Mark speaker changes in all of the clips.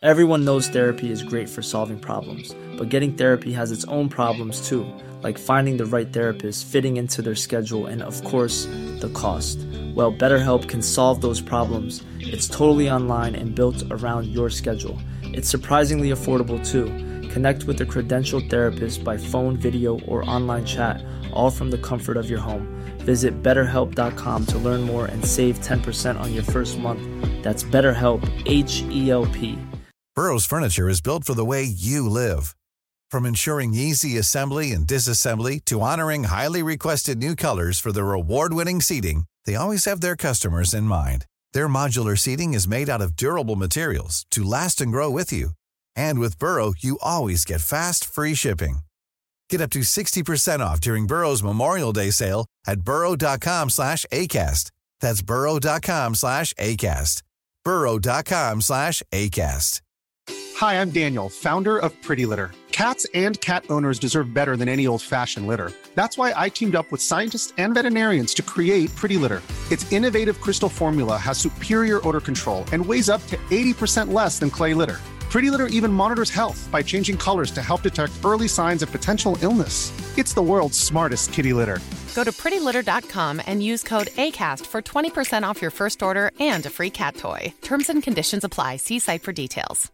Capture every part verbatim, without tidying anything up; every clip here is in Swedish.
Speaker 1: Everyone knows therapy is great for solving problems, but getting therapy has its own problems too, like finding the right therapist, fitting into their schedule, and of course, the cost. Well, BetterHelp can solve those problems. It's totally online and built around your schedule. It's surprisingly affordable too. Connect with a credentialed therapist by phone, video, or online chat, all from the comfort of your home. Visit better help dot com to learn more and save ten percent on your first month. That's BetterHelp, H E L P.
Speaker 2: Burrow's furniture is built for the way you live. From ensuring easy assembly and disassembly to honoring highly requested new colors for their award-winning seating, they always have their customers in mind. Their modular seating is made out of durable materials to last and grow with you. And with Burrow, you always get fast, free shipping. Get up to sixty percent off during Burrow's Memorial Day sale at burrow dot com slash ACAST. That's burrow dot com slash ACAST. burrow dot com slash ACAST.
Speaker 3: Hi, I'm Daniel, founder of Pretty Litter. Cats and cat owners deserve better than any old-fashioned litter. That's why I teamed up with scientists and veterinarians to create Pretty Litter. Its innovative crystal formula has superior odor control and weighs up to eighty percent less than clay litter. Pretty Litter even monitors health by changing colors to help detect early signs of potential illness. It's the world's smartest kitty litter.
Speaker 4: Go to pretty litter dot com and use code ACAST for twenty percent off your first order and a free cat toy. Terms and conditions apply. See site for details.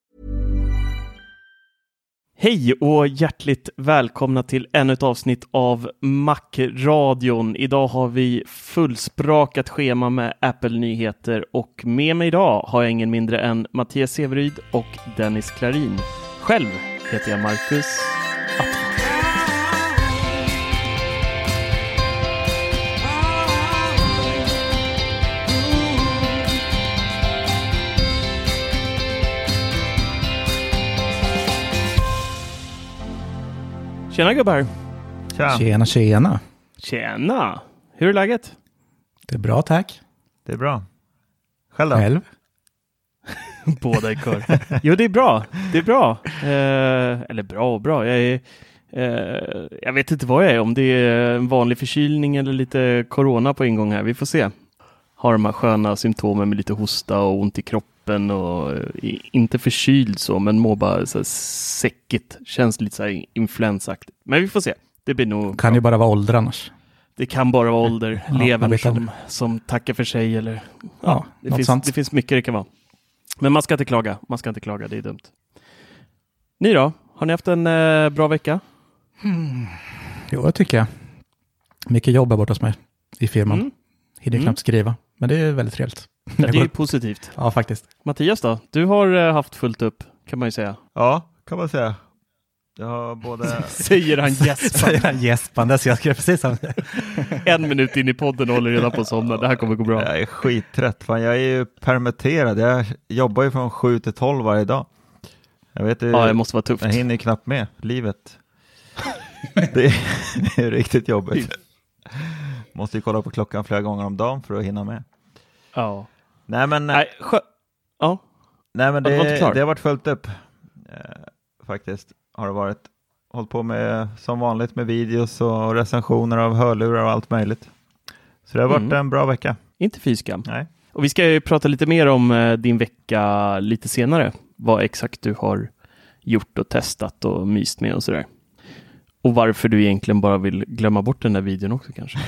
Speaker 5: Hej och hjärtligt välkomna till ännu ett avsnitt av Mac-radion. Idag har vi fullsprakat schema med Apple-nyheter och med mig idag har jag ingen mindre än Mattias Severyd och Dennis Klarin. Själv heter jag Marcus Attefors. Tjena gubbar.
Speaker 6: Tjena. Tjena, tjena.
Speaker 5: Tjena. Hur är läget?
Speaker 6: Det är bra, tack.
Speaker 7: Det är bra. Själv då?
Speaker 6: Själv?
Speaker 5: Båda i kör. Jo, det är bra. Det är bra. Eh, eller bra och bra. Jag, är, eh, jag vet inte vad jag är. Om det är en vanlig förkylning eller lite corona på ingång här. Vi får se. Har de här sköna symptomen med lite hosta och ont i kroppen och eh, inte förkyld så, men mår bara så här säckigt. Känns lite så här influensaktigt. Men vi får se. Det blir nog
Speaker 6: kan
Speaker 5: bra.
Speaker 6: Ju bara vara ålder annars.
Speaker 5: Det kan bara vara ålder.
Speaker 6: Ja,
Speaker 5: Levern som, som tackar för sig eller ja,
Speaker 6: ja
Speaker 5: det, finns, det finns mycket det kan vara. Men man ska inte klaga. Man ska inte klaga, det är dumt. Ni då? Har ni haft en eh, bra vecka?
Speaker 6: Hmm. Jo, det tycker jag. Mycket jobb är borta hos mig i firman. Mm. Hinner mm. knappt skriva. Men det är väldigt trevligt.
Speaker 5: Ja, det är positivt.
Speaker 6: Ja, faktiskt.
Speaker 5: Mattias då? Du har eh, haft fullt upp, kan man ju säga.
Speaker 7: Ja, kan man säga. Jag har både...
Speaker 5: Säger han gäspande.
Speaker 6: Säger han gäspande, så jag skrev precis om det.
Speaker 5: En minut in i podden och håller redan på somna. Det här kommer gå bra.
Speaker 7: Jag är skittrött. Fan, jag är ju permitterad. Jag jobbar ju från sju till tolv varje dag. Jag vet ju,
Speaker 5: ja, det måste vara tufft.
Speaker 7: Jag hinner knappt med livet. Det är, det är riktigt jobbigt. Måste ju kolla på klockan flera gånger om dagen för att hinna med.
Speaker 5: Ja.
Speaker 7: Nej, men...
Speaker 5: Nej, skö- ja.
Speaker 7: Nej, men det, det, det har varit följt upp. Eh, faktiskt. Har det varit hållit på med som vanligt med videos och recensioner av hörlurar och allt möjligt. Så det har varit mm. en bra vecka.
Speaker 5: Inte fyskam.
Speaker 7: Nej.
Speaker 5: Och vi ska ju prata lite mer om eh, din vecka lite senare. Vad exakt du har gjort och testat och myst med och sådär. Och varför du egentligen bara vill glömma bort den där videon också kanske.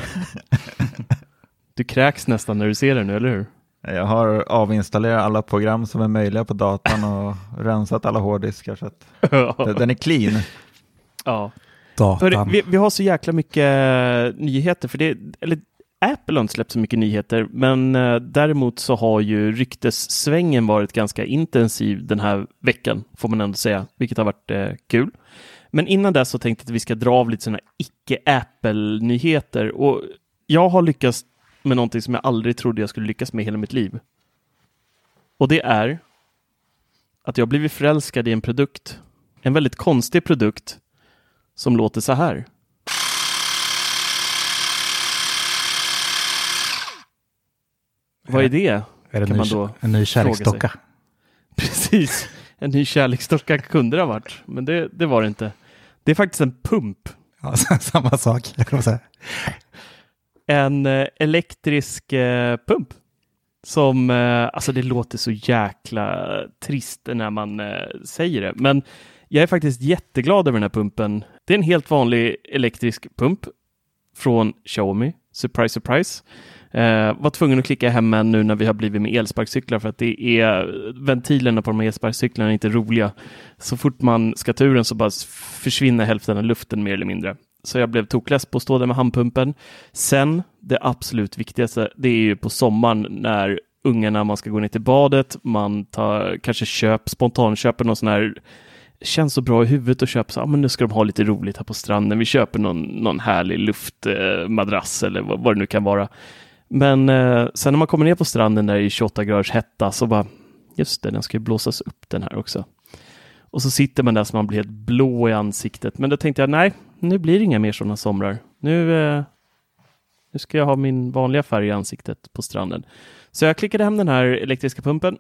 Speaker 5: Du kräks nästan när du ser den nu, eller hur?
Speaker 7: Jag har avinstallerat alla program som är möjliga på datorn och rensat alla hårddiskar så att den är clean.
Speaker 5: Ja.
Speaker 6: Datan.
Speaker 5: Vi, vi har så jäkla mycket nyheter för det, eller Apple har inte släppt så mycket nyheter, men eh, däremot så har ju ryktessvängen varit ganska intensiv den här veckan, får man ändå säga, vilket har varit eh, kul. Men innan det så tänkte jag att vi ska dra av lite sådana icke-Apple-nyheter och jag har lyckats med någonting som jag aldrig trodde jag skulle lyckas med hela mitt liv. Och det är att jag har blivit förälskad i en produkt. En väldigt konstig produkt som låter så här. Vad är det?
Speaker 6: Är det
Speaker 5: kan
Speaker 6: ny,
Speaker 5: man då
Speaker 6: en ny kärleksdocka?
Speaker 5: Precis. En ny kärleksdocka kunde det ha varit. Men det, det var det inte. Det är faktiskt en pump.
Speaker 6: Ja, samma sak. Jag kan säga.
Speaker 5: En eh, elektrisk eh, pump. Som, eh, alltså det låter så jäkla trist när man eh, säger det. Men jag är faktiskt jätteglad över den här pumpen. Det är en helt vanlig elektrisk pump från Xiaomi. Surprise, surprise. Eh, var tvungen att klicka hem en nu när vi har blivit med elsparkcyklar för att det är ventilerna på de här elsparkcyklarna är inte roliga. Så fort man ska ta ur den så bara försvinner hälften av luften mer eller mindre. Så jag blev tokless på att stå där med handpumpen. Sen, det absolut viktigaste, det är ju på sommaren när ungarna, man ska gå ner till badet, man tar, kanske köp, spontanköper någon sån här, känns så bra i huvudet och köper så, ja ah, men nu ska de ha lite roligt här på stranden, vi köper någon, någon härlig luftmadrass eh, eller vad, vad det nu kan vara. Men eh, sen när man kommer ner på stranden där i tjugoåtta graders hetta så bara, just det, den ska ju blåsas upp den här också. Och så sitter man där så man blir helt blå i ansiktet. Men då tänkte jag, nej, nu blir det inga mer sådana somrar. Nu, eh, nu ska jag ha min vanliga färg i ansiktet på stranden. Så jag klickade hem den här elektriska pumpen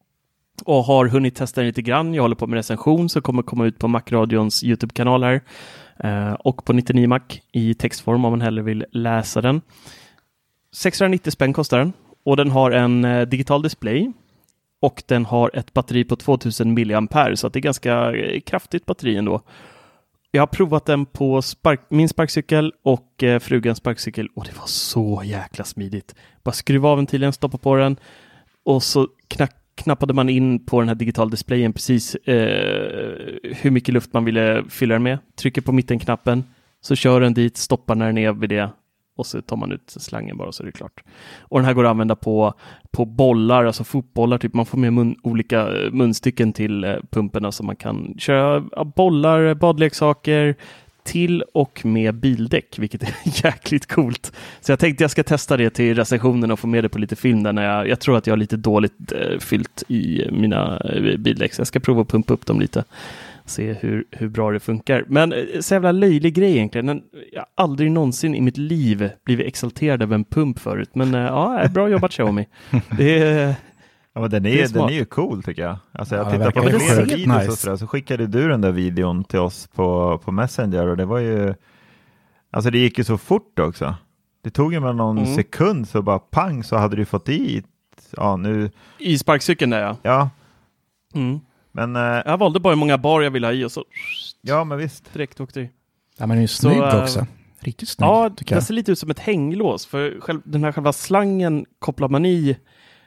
Speaker 5: och har hunnit testa den lite grann. Jag håller på med recension så kommer komma ut på Macradions YouTube-kanal här. Eh, och på nittionio Mac i textform om man hellre vill läsa den. sexhundranittio spänn kostar den. Och den har en eh, digital display. Och den har ett batteri på tvåtusen milliampere så att det är ganska kraftigt batteri ändå. Jag har provat den på spark, min sparkcykel och eh, frugans sparkcykel och det var så jäkla smidigt. Bara skruva av ventilen, stoppa på den och så knack, knappade man in på den här digital displayen precis eh, hur mycket luft man ville fylla den med. Trycker på mittenknappen så kör den dit, stoppar när den är vid det. Och så tar man ut slangen bara så är det klart. Och den här går att använda på, på bollar, alltså fotbollar. Typ. Man får med mun, olika munstycken till eh, pumperna så man kan köra ja, bollar, badleksaker till och med bildäck. Vilket är jäkligt coolt. Så jag tänkte jag ska testa det till recensionen och få med det på lite film. Där när jag, jag tror att jag har lite dåligt eh, fyllt i mina eh, bildäck. Så jag ska prova att pumpa upp dem lite. Se hur, hur bra det funkar. Men så jävla löjlig grej egentligen. Jag har aldrig någonsin i mitt liv blivit exalterad över en pump förut. Men ja, bra jobbat Xiaomi. Det är,
Speaker 7: ja, men den, är,
Speaker 5: det är
Speaker 7: den är ju cool tycker jag. Alltså jag
Speaker 6: ja,
Speaker 7: tittar på
Speaker 6: flera
Speaker 7: videos nice. och sådär, så skickade du den där videon till oss på, på Messenger och det var ju, alltså det gick ju så fort också. Det tog ju med någon mm. sekund så bara pang så hade du fått i ja nu.
Speaker 5: I sparkcykeln där ja.
Speaker 7: Ja.
Speaker 5: Mm.
Speaker 7: Men, uh,
Speaker 5: jag valde bara hur många bar jag ville ha i och så
Speaker 7: ja, men visst.
Speaker 5: Direkt åkte det.
Speaker 6: Ja, men den är ju snygg
Speaker 5: så,
Speaker 6: också. Uh, Riktigt snygg.
Speaker 5: Ja, det ser lite ut som ett hänglås. För själv, den här själva slangen kopplar man i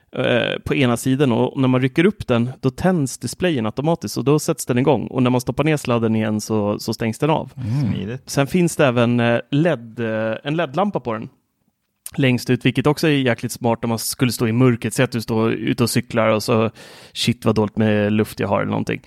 Speaker 5: uh, på ena sidan och när man rycker upp den då tänds displayen automatiskt och då sätts den igång. Och när man stoppar ner sladden igen så, så stängs den av.
Speaker 7: Mm.
Speaker 5: Sen finns det även uh, L E D, uh, en L E D-lampa på den. Längst ut, vilket också är jäkligt smart om man skulle stå i mörkret. Säg att du står ute och cyklar och så shit vad dåligt med luft jag har eller någonting.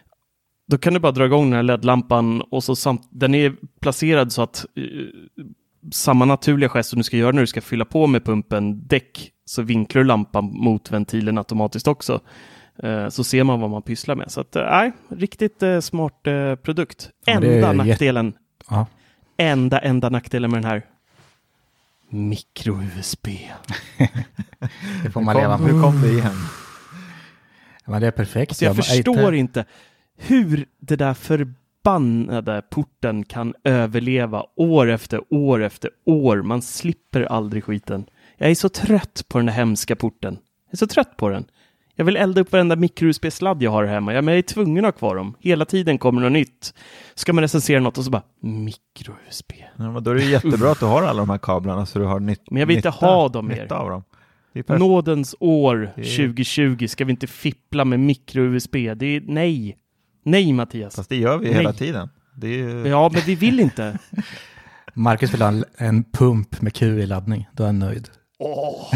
Speaker 5: Då kan du bara dra igång den här L E D-lampan och så samt, den är placerad så att uh, samma naturliga gest som du ska göra när du ska fylla på med pumpen däck så vinklar du lampan mot ventilen automatiskt också. Uh, så ser man vad man pysslar med. Så att, nej, uh, riktigt uh, smart uh, produkt.
Speaker 6: Ja,
Speaker 5: enda nackdelen.
Speaker 6: Jätt... Ja.
Speaker 5: Enda, enda nackdelen med den här. Micro-U S B.
Speaker 6: Det får man leva med.
Speaker 7: Hur kom det igen?
Speaker 6: Ja, men det är perfekt.
Speaker 5: Alltså jag
Speaker 6: ja,
Speaker 5: förstår inte hur det där förbannade porten kan överleva år efter år efter år. Man slipper aldrig skiten. Jag är så trött på den där hemska porten. Jag är så trött på den. Jag vill elda upp varenda micro-U S B-sladd jag har hemma. Ja, men jag är tvungen att ha kvar dem. Hela tiden kommer något nytt. Ska man recensera något och så bara micro-U S B.
Speaker 7: Ja, men då är det jättebra att du har alla de här kablarna så du har nytt,
Speaker 5: men jag vill
Speaker 7: nytta,
Speaker 5: inte ha dem mer.
Speaker 7: Av dem.
Speaker 5: Nådens år
Speaker 7: är...
Speaker 5: tjugo tjugo ska vi inte fippla med micro-U S B. Det är nej. Nej, Mattias.
Speaker 7: Fast det gör vi
Speaker 5: nej.
Speaker 7: hela tiden. Det är ju...
Speaker 5: Ja, men vi vill inte.
Speaker 6: Marcus vill ha en, en pump med Q I-laddning. Då är han nöjd.
Speaker 5: Åh!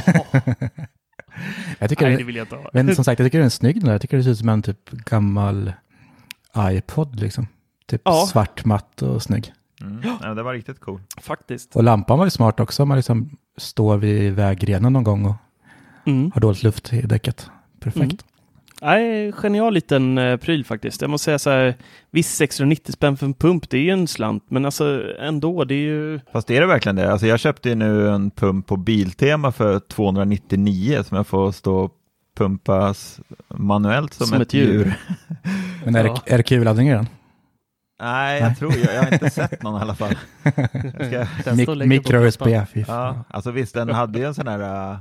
Speaker 6: Jag tycker
Speaker 5: nej,
Speaker 6: det,
Speaker 5: det vill jag inte ha.
Speaker 6: Men som sagt, jag tycker den är snygg. Jag tycker det ser ut som en typ gammal iPod liksom. Typ
Speaker 5: ja.
Speaker 6: svart, matt och snygg.
Speaker 7: Mm. Ja, det var riktigt cool.
Speaker 5: Faktiskt.
Speaker 6: Och lampan var ju smart också. Man liksom står vid vägrenen någon gång och mm. har dåligt luft i däcket. Perfekt. Mm.
Speaker 5: Nej, genial liten uh, pryl faktiskt. Jag måste säga så här, visst sexhundranittio spänn för en pump, det är ju en slant, men alltså ändå, det är ju...
Speaker 7: Fast är det verkligen det? Alltså jag köpte ju nu en pump på Biltema för tvåhundranittionio som jag får stå och pumpas manuellt som, som ett, ett djur. djur.
Speaker 6: Men är, ja. det, är det Q-laddning i den?
Speaker 7: Nej, jag Nej. tror jag, jag har inte sett någon i alla fall. Ska...
Speaker 6: Mik- Micro-U S B.
Speaker 7: Ja, alltså visst, den hade ju en sån här... Uh...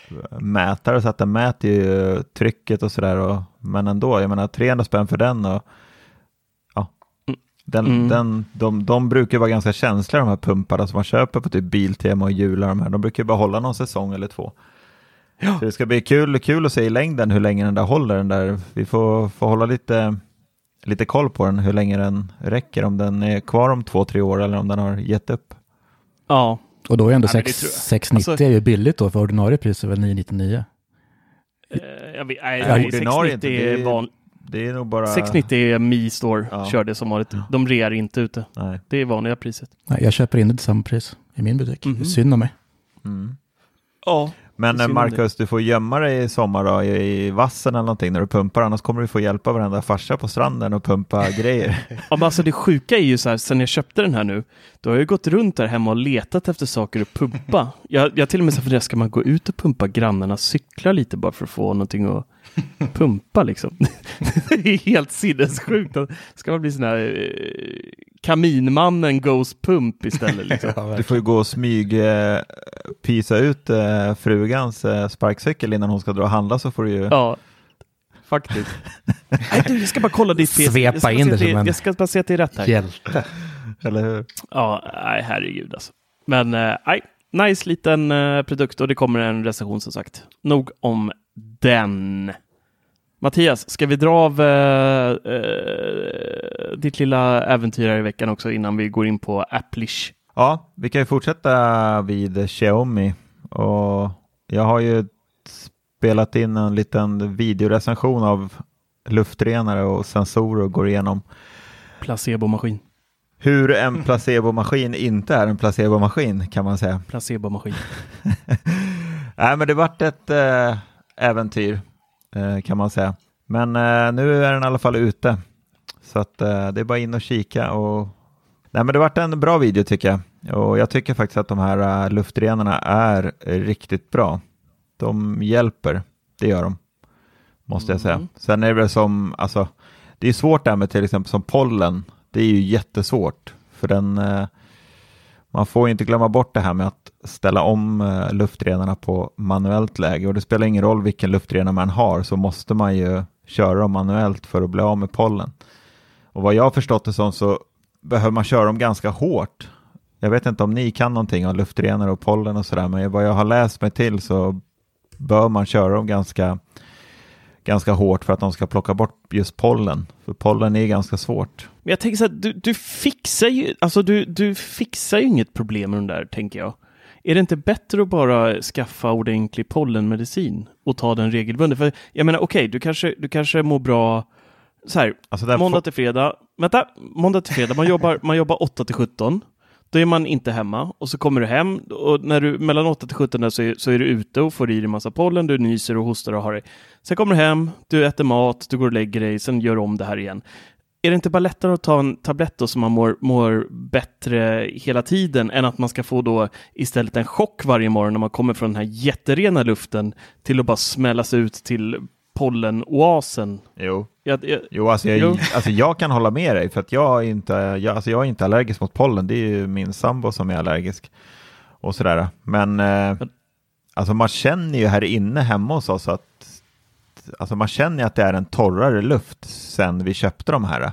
Speaker 7: mätare så att den mäter ju trycket och sådär. Men ändå, jag menar trehundra spänn för den och ja, den, mm. den, de, de brukar vara ganska känsliga de här pumparna som man köper på typ Biltema och Jula. De, här. de brukar bara hålla någon säsong eller två. Ja. Så det ska bli kul, kul att se i längden hur länge den där håller. Den där. Vi får, får hålla lite, lite koll på den, hur länge den räcker. Om den är kvar om två, tre år eller om den har gett upp.
Speaker 5: Ja.
Speaker 6: Och då är ändå ja, sex nittio alltså, är ju billigt då, för ordinarie pris är väl nio nittionio.
Speaker 5: Uh, jag vet, nej, nej, sex nittio är van...
Speaker 7: Det är nog bara...
Speaker 5: sex nittio är Mi Store, ja. Körde som vanligt. De rear inte ute. Nej. Det är vanliga priset.
Speaker 6: Nej, jag köper in det till samma pris i min butik. Mm-hmm. Synd om mig.
Speaker 7: Mm.
Speaker 5: Ja.
Speaker 7: Men Marcus, du får gömma dig i sommar då, i, i vassen eller någonting när du pumpar, annars kommer du få hjälpa varenda farsa på stranden och pumpa grejer.
Speaker 5: Ja, men alltså det sjuka är ju så här, sen jag köpte den här nu, då har jag gått runt där hemma och letat efter saker att pumpa. Jag, jag till och med så för det ska man gå ut och pumpa grannarna, cykla lite bara för att få någonting att pumpa liksom. Det är helt sinnessjukt. Ska man bli sån här eh, kaminmannen goes pump istället liksom.
Speaker 7: Du får ju gå och smyg eh, pisa ut eh, frugans eh, sparkcykel innan hon ska dra och handla, så får du ju...
Speaker 5: Ja, faktiskt. Nej, du, jag ska bara kolla ditt
Speaker 6: P C. Svepa in det som en
Speaker 5: Jag ska bara se att det är rätt här.
Speaker 6: Hjälte.
Speaker 7: Eller hur?
Speaker 5: Ja, nej, herregud alltså. Men nej, eh, nice liten eh, produkt, och det kommer en recension som sagt. Nog om den. Mattias, ska vi dra av eh, eh, ditt lilla äventyr här i veckan också innan vi går in på Applish?
Speaker 7: Ja, vi kan ju fortsätta vid Xiaomi. Och jag har ju spelat in en liten videorecension av luftrenare och sensorer och går igenom
Speaker 5: placebomaskin.
Speaker 7: Hur en placebomaskin inte är en placebomaskin, kan man säga.
Speaker 5: Placebomaskin.
Speaker 7: Nej, men det vart ett äh, äventyr, äh, kan man säga. Men äh, nu är den i alla fall ute. Så att äh, det är bara in och kika. Och... Nej, men det vart en bra video tycker jag. Och jag tycker faktiskt att de här äh, luftrenarna är riktigt bra. De hjälper, det gör de. Måste jag säga. Mm. Sen är det väl som, alltså, det är svårt där med till exempel som pollen. Det är ju jättesvårt. För den, äh, man får ju inte glömma bort det här med att ställa om äh, luftrenarna på manuellt läge. Och det spelar ingen roll vilken luftrenare man har, så måste man ju köra dem manuellt för att bli av med pollen. Och vad jag har förstått det som, så behöver man köra dem ganska hårt. Jag vet inte om ni kan någonting om luftrenare och pollen och sådär, men vad jag har läst mig till så bör man köra dem ganska, ganska hårt för att de ska plocka bort just pollen. För pollen är ganska svårt.
Speaker 5: Men jag tänker så att du, du fixar ju, alltså du, du fixar ju inget problem med den där, tänker jag. Är det inte bättre att bara skaffa ordentlig pollenmedicin och ta den regelbundet? För jag menar, okej, okay, du kanske, du kanske mår bra så här, alltså måndag till fredag. Vänta, måndag till fredag. Man jobbar, man jobbar åtta till sjutton. Då är man inte hemma. Och så kommer du hem. Och när du, mellan åtta till sjutton där så, är, så är du ute och får i dig massa pollen. Du nyser och hostar och har det. Sen kommer du hem, du äter mat, du går och lägger dig. Sen gör du om det här igen. Är det inte bara lättare att ta en tablett då, så man mår, mår bättre hela tiden, än att man ska få då istället en chock varje morgon när man kommer från den här jätterena luften till att bara smällas ut till pollenoasen?
Speaker 7: Jo,
Speaker 5: jag, jag,
Speaker 7: jo, alltså, jag, jo. alltså jag kan hålla med dig, för att jag är inte, jag, alltså jag är inte allergisk mot pollen. Det är ju min sambo som är allergisk och sådär. Men eh, alltså man känner ju här inne hemma hos oss att alltså man känner att det är en torrare luft sen vi köpte de här.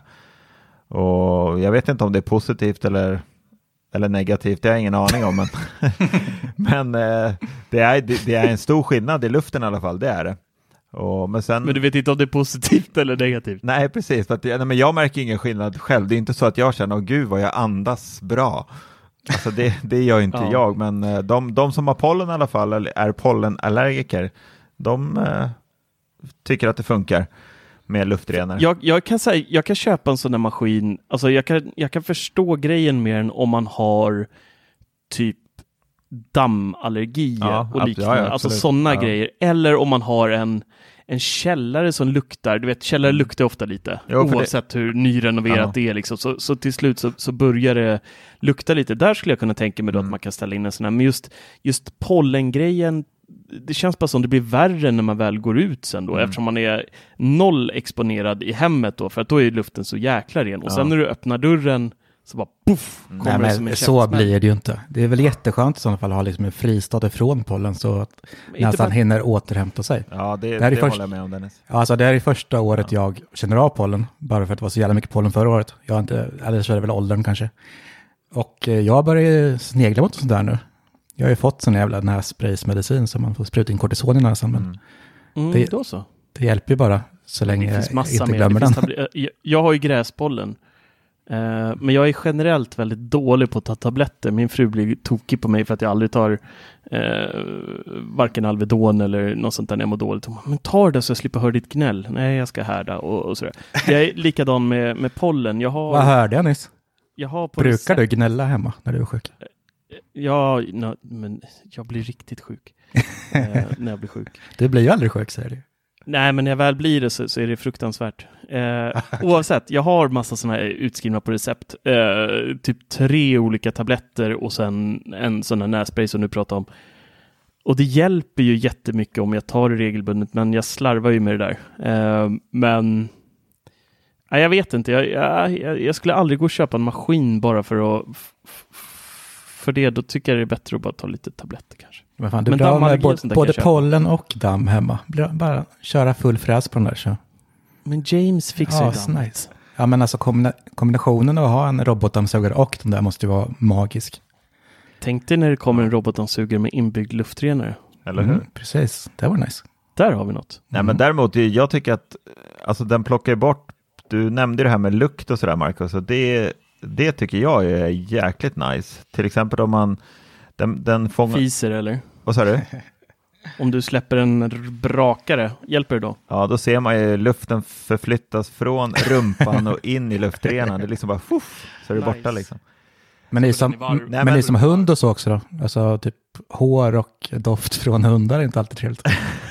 Speaker 7: Och jag vet inte om det är positivt eller, eller negativt. Det har jag ingen aning om. Men, men eh, det, är, det, det är en stor skillnad i luften i alla fall. Det är det. Och, men, sen,
Speaker 5: men du vet inte om det är positivt eller negativt?
Speaker 7: Nej, precis. För att, nej, men jag märker ingen skillnad själv. Det är inte så att jag känner, åh gud vad jag andas bra. Alltså det, det gör inte ja. jag. Men de, de som har pollen i alla fall, eller är pollenallergiker, de eh, tycker att det funkar med luftrenare.
Speaker 5: Jag, jag, kan säga, jag kan köpa en sån där maskin. Alltså jag kan, jag kan förstå grejen mer än om man har typ dammallergi
Speaker 7: ja,
Speaker 5: och liknande.
Speaker 7: Ja, ja,
Speaker 5: alltså sådana ja. grejer. Eller om man har en, en källare som luktar. Du vet, källare luktar ofta lite. Jo, oavsett det... hur nyrenoverat ja. det är. Liksom. Så, så till slut så, så börjar det lukta lite. Där skulle jag kunna tänka mig då mm. att man kan ställa in en sån här. Men just, just pollengrejen, det känns bara som det blir värre när man väl går ut sen då. Mm. Eftersom man är noll exponerad i hemmet då. För att då är luften så jäkla ren. Och ja. sen när du öppnar dörren Så bara puff, kommer
Speaker 6: Nej,
Speaker 5: det
Speaker 6: men
Speaker 5: som en
Speaker 6: så
Speaker 5: käftsmäll.
Speaker 6: blir det ju inte. Det är väl jätteskönt i sådana fall att ha liksom en fristad ifrån pollen så att näsan
Speaker 5: för...
Speaker 6: hinner återhämta sig.
Speaker 7: Ja, det,
Speaker 6: det, är
Speaker 7: det
Speaker 6: först...
Speaker 7: håller jag med om, Dennis.
Speaker 6: Ja, alltså det här är första året jag känner av pollen, bara för att det var så jävla mycket pollen förra året. Jag har inte, eller så är det väl åldern kanske. Och eh, jag börjar snegla mot sånt där nu. Jag har ju fått sån jävla nässpraysmedicin som man får spruta in kortison i näsan. Men
Speaker 5: Mm. Mm,
Speaker 6: det,
Speaker 5: då så.
Speaker 6: det hjälper ju bara så länge
Speaker 5: Det finns
Speaker 6: jag
Speaker 5: massa
Speaker 6: inte
Speaker 5: mer.
Speaker 6: glömmer
Speaker 5: Det
Speaker 6: den.
Speaker 5: finns tabl- jag, jag har ju gräspollen. Uh, men jag är generellt väldigt dålig på att ta tabletter. Min fru blir tokig på mig för att jag aldrig tar uh, varken Alvedon eller något sånt där när jag mår dåligt. Hon bara, men tar det så jag slipper höra ditt gnäll. Nej, jag ska härda och, och sådär. Jag är likadan med, med pollen. Jag har,
Speaker 6: Vad hörde jag nyss?
Speaker 5: jag har på
Speaker 6: Brukar
Speaker 5: recept-
Speaker 6: du gnälla hemma när du är sjuk?
Speaker 5: Ja, no, men jag blir riktigt sjuk uh, när jag blir sjuk.
Speaker 6: Du blir ju aldrig sjuk, säger du.
Speaker 5: Nej, men när jag väl blir det så, så är det fruktansvärt. Eh, oavsett, jag har massa sådana här utskrivna på recept. Eh, typ tre olika tabletter och sen en sån här nässpray som du pratar om. Och det hjälper ju jättemycket om jag tar det regelbundet, men jag slarvar ju med det där. Eh, men ja, jag vet inte, jag, jag, jag skulle aldrig gå och köpa en maskin bara för att f- f- för det, då tycker jag det är bättre att bara ta lite tabletter kanske.
Speaker 6: Men fan, du
Speaker 5: Men
Speaker 6: blir av med
Speaker 5: dammallergi och
Speaker 6: både,
Speaker 5: sånt där
Speaker 6: både
Speaker 5: kan jag köpa.
Speaker 6: pollen och damm hemma. Blir- Bara köra full fräs på den där så.
Speaker 5: Men James fixar
Speaker 6: Ja,
Speaker 5: ju
Speaker 6: så
Speaker 5: damm.
Speaker 6: nice. Ja, men alltså kombina- kombinationen av att ha en robotdammsugare och den där måste ju vara magisk.
Speaker 5: Tänk dig när det kommer en robotdammsugare med inbyggd luftrenare.
Speaker 7: Eller hur?
Speaker 6: Mm, precis, det var nice.
Speaker 5: Där har vi något.
Speaker 7: Nej, men däremot, jag tycker att alltså, den plockar bort, du nämnde det här med lukt och sådär, Marcus, och det, det tycker jag är jäkligt nice. Till exempel om man, den, den fångar...
Speaker 5: Fiser eller?
Speaker 7: Vad sa du?
Speaker 5: Om du släpper en r- brakare, hjälper det då?
Speaker 7: Ja, då ser man ju luften förflyttas från rumpan och in i luftrenaren. Det är liksom bara, fuff, så är det
Speaker 5: Nice.
Speaker 7: borta liksom.
Speaker 6: Men det är
Speaker 5: Så den
Speaker 6: som,
Speaker 5: är varm.
Speaker 6: men
Speaker 7: Nej,
Speaker 6: det är
Speaker 7: men-
Speaker 6: som hund och så också då. Alltså typ hår och doft från hundar är inte alltid trevligt.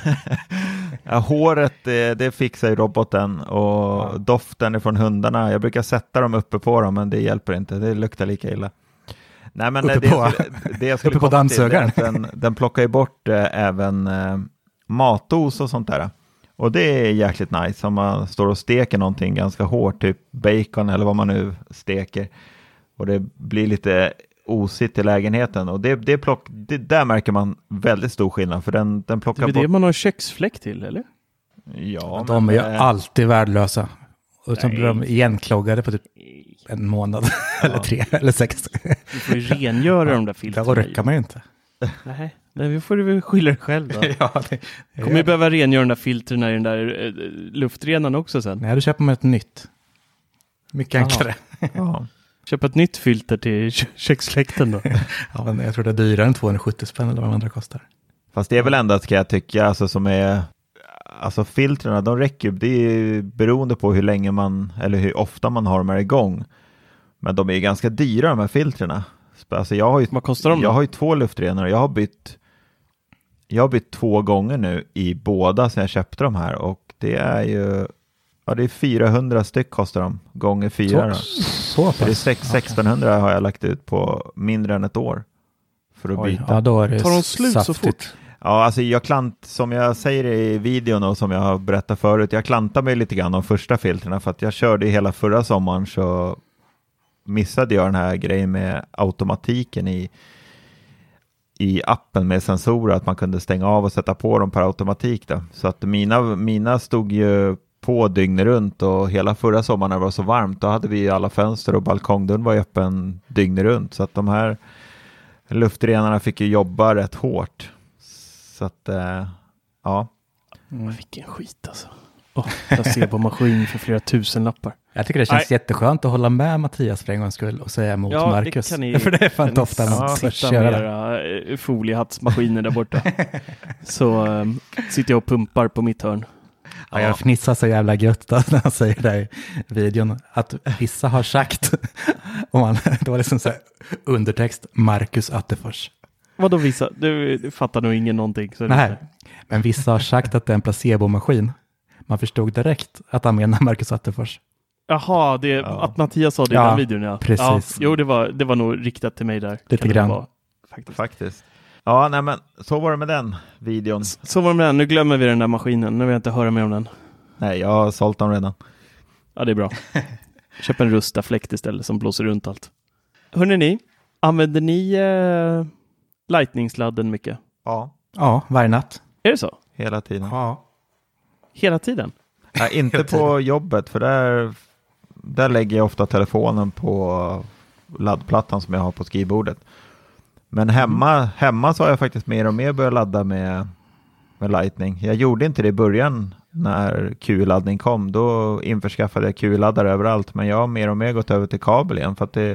Speaker 7: Ja, håret, det, det fixar ju roboten och
Speaker 6: Ja.
Speaker 7: doften är från hundarna. Jag brukar sätta dem uppe på dem, men det hjälper inte. Det luktar lika illa. Nej, men
Speaker 6: Uppe
Speaker 7: det,
Speaker 6: på-
Speaker 7: jag skulle, det jag skulle
Speaker 6: uppe på
Speaker 7: komma till är
Speaker 6: dammsugaren.
Speaker 7: att Den, den plockar ju bort eh, även eh, matos och sånt där. Och det är jäkligt nice om man står och steker någonting ganska hårt, typ bacon eller vad man nu steker. Och det blir lite osigt i lägenheten. Och det, det, plock, det där märker man väldigt stor skillnad, för den, den
Speaker 5: Det
Speaker 7: plockar
Speaker 5: är väl
Speaker 7: bort...
Speaker 5: det man har köksfläck till, eller?
Speaker 7: Ja,
Speaker 6: De är
Speaker 7: men,
Speaker 6: ju
Speaker 7: eh,
Speaker 6: alltid värdelösa. Och så
Speaker 5: Nej.
Speaker 6: blir de igenkloggade på typ en månad. eller tre, eller sex.
Speaker 5: Du får ju rengöra de där
Speaker 6: Det
Speaker 5: filtrerna.
Speaker 6: orkar man ju inte.
Speaker 5: Nej, nej, vi får du väl skylla dig själv då.
Speaker 6: ja, det,
Speaker 5: Kommer ju behöva rengöra de där filtrerna i den där eh, luftrenaren också sen.
Speaker 6: Nej, då köper man ett nytt. Mycket
Speaker 5: Jaha.
Speaker 6: enklare.
Speaker 7: ja.
Speaker 5: Köpa ett nytt filter till kö- köksfläkten då.
Speaker 6: Ja, men jag tror det är dyrare än tvåhundrasjuttio spänn eller vad de andra kostar.
Speaker 7: Fast det är väl ändå, ska jag tycka, alltså som är, alltså filtrerna, de räcker ju, det är ju beroende på hur länge man, eller hur ofta man har dem här igång. Men de är ju ganska dyra de här filtrerna. Alltså jag har ju,
Speaker 5: Vad kostar de då?
Speaker 7: jag har ju två luftrenare, jag har bytt, jag har bytt två gånger nu i båda sedan jag köpte de här, och det är ju, ja det är fyrahundra styck kostar de, gånger fyra då.
Speaker 6: Så, så
Speaker 7: Så det är
Speaker 6: pass.
Speaker 7: sex- sextonhundra har jag lagt ut på mindre än ett år för att
Speaker 6: Oj,
Speaker 7: byta.
Speaker 6: ja, då är det
Speaker 5: Tar de slut så
Speaker 6: saftigt.
Speaker 5: fort?
Speaker 7: Ja, alltså jag klant, som jag säger i videon och som jag har berättat förut, jag klantade mig lite grann de första filtrerna för att jag körde hela förra sommaren, så missade jag den här grejen med automatiken i, i appen med sensorer, att man kunde stänga av och sätta på dem per automatik då. Så att mina, mina stod ju på dygnet runt, och hela förra sommaren när det var så varmt, då hade vi alla fönster och balkongdörren var öppen dygnet runt, så att de här luftrenarna fick ju jobba rätt hårt. Så att, eh, ja.
Speaker 5: Mm. Vilken skit alltså. Oh, jag ser på maskin för flera tusen lappar.
Speaker 6: Jag tycker det känns
Speaker 5: Nej.
Speaker 6: jätteskönt att hålla med Mattias för en gångs skull och säga emot
Speaker 5: Ja, det
Speaker 6: Marcus.
Speaker 5: kan ni-
Speaker 6: för det är fan inte ofta man
Speaker 5: Ja,
Speaker 6: får
Speaker 5: sitta med
Speaker 6: köra det.
Speaker 5: era eh, foliehattsmaskiner där borta. Så um, sitter jag och pumpar på mitt hörn.
Speaker 6: Ja, jag fnissar så jävla gött då, när han säger det i videon. Att vissa har sagt, och man, det var liksom så här undertext, Marcus Attefors.
Speaker 5: Vadå vissa? Du, du fattar nog ingen någonting. Så
Speaker 6: Nej, men vissa har sagt att det är en placebomaskin. Man förstod direkt att han menar Marcus Attefors.
Speaker 5: Jaha, det,
Speaker 7: Ja.
Speaker 5: att Mattias sa det i
Speaker 6: Ja,
Speaker 5: den videon. Ja,
Speaker 6: precis.
Speaker 5: Ja, jo, det var, det var nog riktat till mig där.
Speaker 6: Lite
Speaker 5: Kan det
Speaker 6: grann.
Speaker 5: vara, faktiskt.
Speaker 7: Faktiskt. Ja, nej men så var det med den videon.
Speaker 5: Så var det med den. Nu glömmer vi den där maskinen. Nu vill jag inte höra mer om den.
Speaker 7: Nej, jag har sålt dem redan.
Speaker 5: Ja, det är bra. Köp en Rusta-fläkt istället som blåser runt allt. Hörrni ni, använder ni eh, Lightning-sladden mycket?
Speaker 7: Ja.
Speaker 6: Ja, varje natt.
Speaker 5: Är det så?
Speaker 7: Hela tiden.
Speaker 6: Ja.
Speaker 5: Hela tiden?
Speaker 7: Nej, inte på jobbet, för där, där lägger jag ofta telefonen på laddplattan som jag har på skrivbordet. Men hemma, mm. hemma så har jag faktiskt mer och mer börjat ladda med, med Lightning. Jag gjorde inte det i början när Q I-laddning kom. Då införskaffade jag Q I-laddare överallt. Men jag har mer och mer gått över till kabel igen. För att det,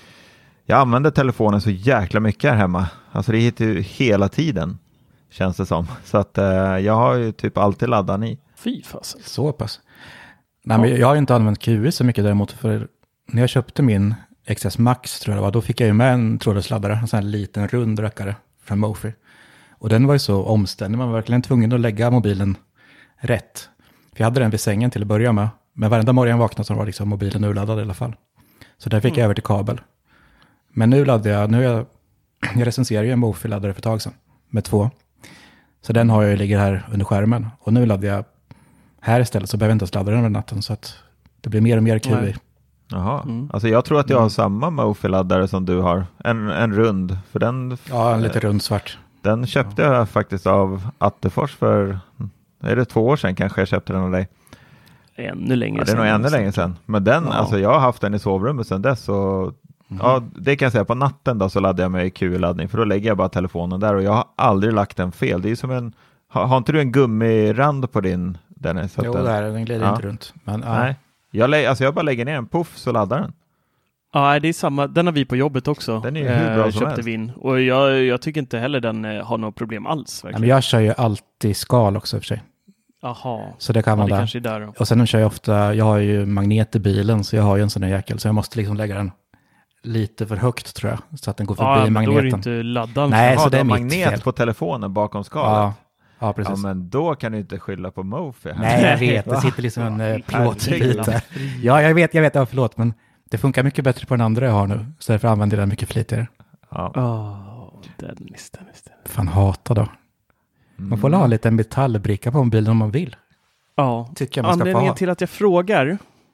Speaker 7: jag använder telefonen så jäkla mycket här hemma. Alltså det hittar ju hela tiden, känns det som. Så att eh, jag har ju typ alltid laddat i.
Speaker 5: Fy fasen.
Speaker 6: Så pass. Nej, men jag har ju inte använt Q I så mycket däremot. För när jag köpte min X S Max tror jag det var, då fick jag ju med en trådlös laddare, en sån här liten rund rackare från Mophie. Och den var ju så omständig, man var verkligen tvungen att lägga mobilen rätt. För jag hade den vid sängen till att börja med, men varenda morgon jag vaknade så var liksom mobilen urladdad i alla fall. Så där fick mm. jag över till kabel. Men nu laddar jag, nu är jag, jag recenserar ju en Mophie-laddare för ett tag sedan, med två. Så den har jag ju, ligger här under skärmen. Och nu laddar jag här istället, så behöver jag inte ens ladda den över natten, så att det blir mer och mer Q I. Nej.
Speaker 7: Jaha, mm. alltså jag tror att jag har mm. samma Mophie-laddare som du har. En, en rund, för den...
Speaker 6: Ja, en lite rund svart.
Speaker 7: Den köpte ja. jag faktiskt av Attefors för, är det två år sedan kanske jag köpte den av dig?
Speaker 5: Ännu längre
Speaker 7: ja, det är nog ännu längre sedan. Men den, ja. alltså jag har haft den i sovrummet sedan dess. Och, mm. ja, det kan jag säga, på natten då så laddar jag med Q I-laddning. För då lägger jag bara telefonen där och jag har aldrig lagt den fel. Det är som en, har, har inte du en gummirand på din? Dennis,
Speaker 6: jo, den, där, den glider ja. inte runt. Men, ja.
Speaker 7: Nej. Jag, lä- alltså jag bara lägger ner en puff så laddar den.
Speaker 5: Ja, det är samma. Den har vi på jobbet också.
Speaker 7: Den är ju hur bra
Speaker 5: eh,
Speaker 7: som
Speaker 5: köpte
Speaker 7: helst.
Speaker 5: Vi in. Och jag, jag tycker inte heller den eh, har något problem alls.
Speaker 6: Ja, men jag kör ju alltid skal också i och för sig.
Speaker 5: Jaha.
Speaker 6: Så det kan
Speaker 5: ja,
Speaker 6: vara
Speaker 5: det kanske är där då.
Speaker 6: Och sen kör jag ofta, jag har ju magnet i bilen så jag har ju en sån här jäkel. Så jag måste liksom lägga den lite för högt tror jag. Så att den går förbi
Speaker 5: ja,
Speaker 6: magneten.
Speaker 5: Ja, då är det inte laddad.
Speaker 6: Nej,
Speaker 7: så
Speaker 6: så det är mitt
Speaker 7: magnet
Speaker 6: fel.
Speaker 7: På telefonen bakom skalet.
Speaker 6: Ja. Ja, precis.
Speaker 7: Ja, men då kan du inte skylla på Mophie.
Speaker 6: Nej, jag vet. Det sitter liksom en eh, plåtbit där. Ja, jag vet, jag vet. Ja, förlåt, men det funkar mycket bättre på den andra jag har nu. Så därför använder jag den mycket flitigare.
Speaker 5: Ja. Oh, Dennis, Dennis, Dennis.
Speaker 6: Fan, hata då. Man får mm. ha en liten metallbricka på mobilen om man vill.
Speaker 5: Ja,
Speaker 6: tycker jag man ska
Speaker 5: anledningen till att jag frågar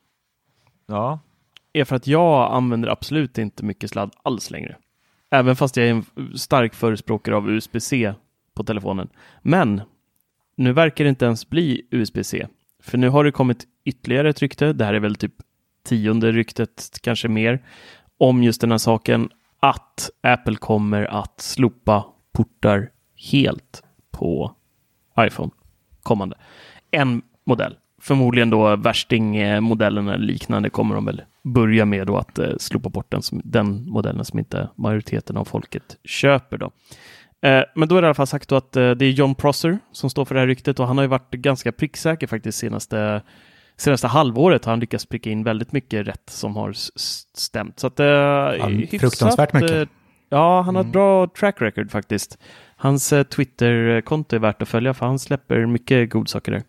Speaker 7: ja.
Speaker 5: är för att jag använder absolut inte mycket sladd alls längre. Även fast jag är en stark förespråkare av U S B-C på telefonen. Men nu verkar det inte ens bli U S B-C. För nu har det kommit ytterligare ett rykte. Det här är väl typ tionde ryktet, kanske mer, om just den här saken att Apple kommer att slopa portar helt på iPhone kommande. En modell. Förmodligen då värstingmodellen eller liknande kommer de väl börja med då att eh, slopa bort den, som, den modellen som inte majoriteten av folket köper då. Eh, men då är det i alla fall sagt då att eh, det är John Prosser som står för det här ryktet och han har ju varit ganska pricksäker faktiskt senaste, senaste halvåret har han lyckats pricka in väldigt mycket rätt som har s- stämt. Så att eh,
Speaker 6: ja, hyfsat, fruktansvärt mycket. Eh,
Speaker 5: ja, han har ett bra track record faktiskt. Hans eh, Twitter-konto är värt att följa för han släpper mycket godsaker där.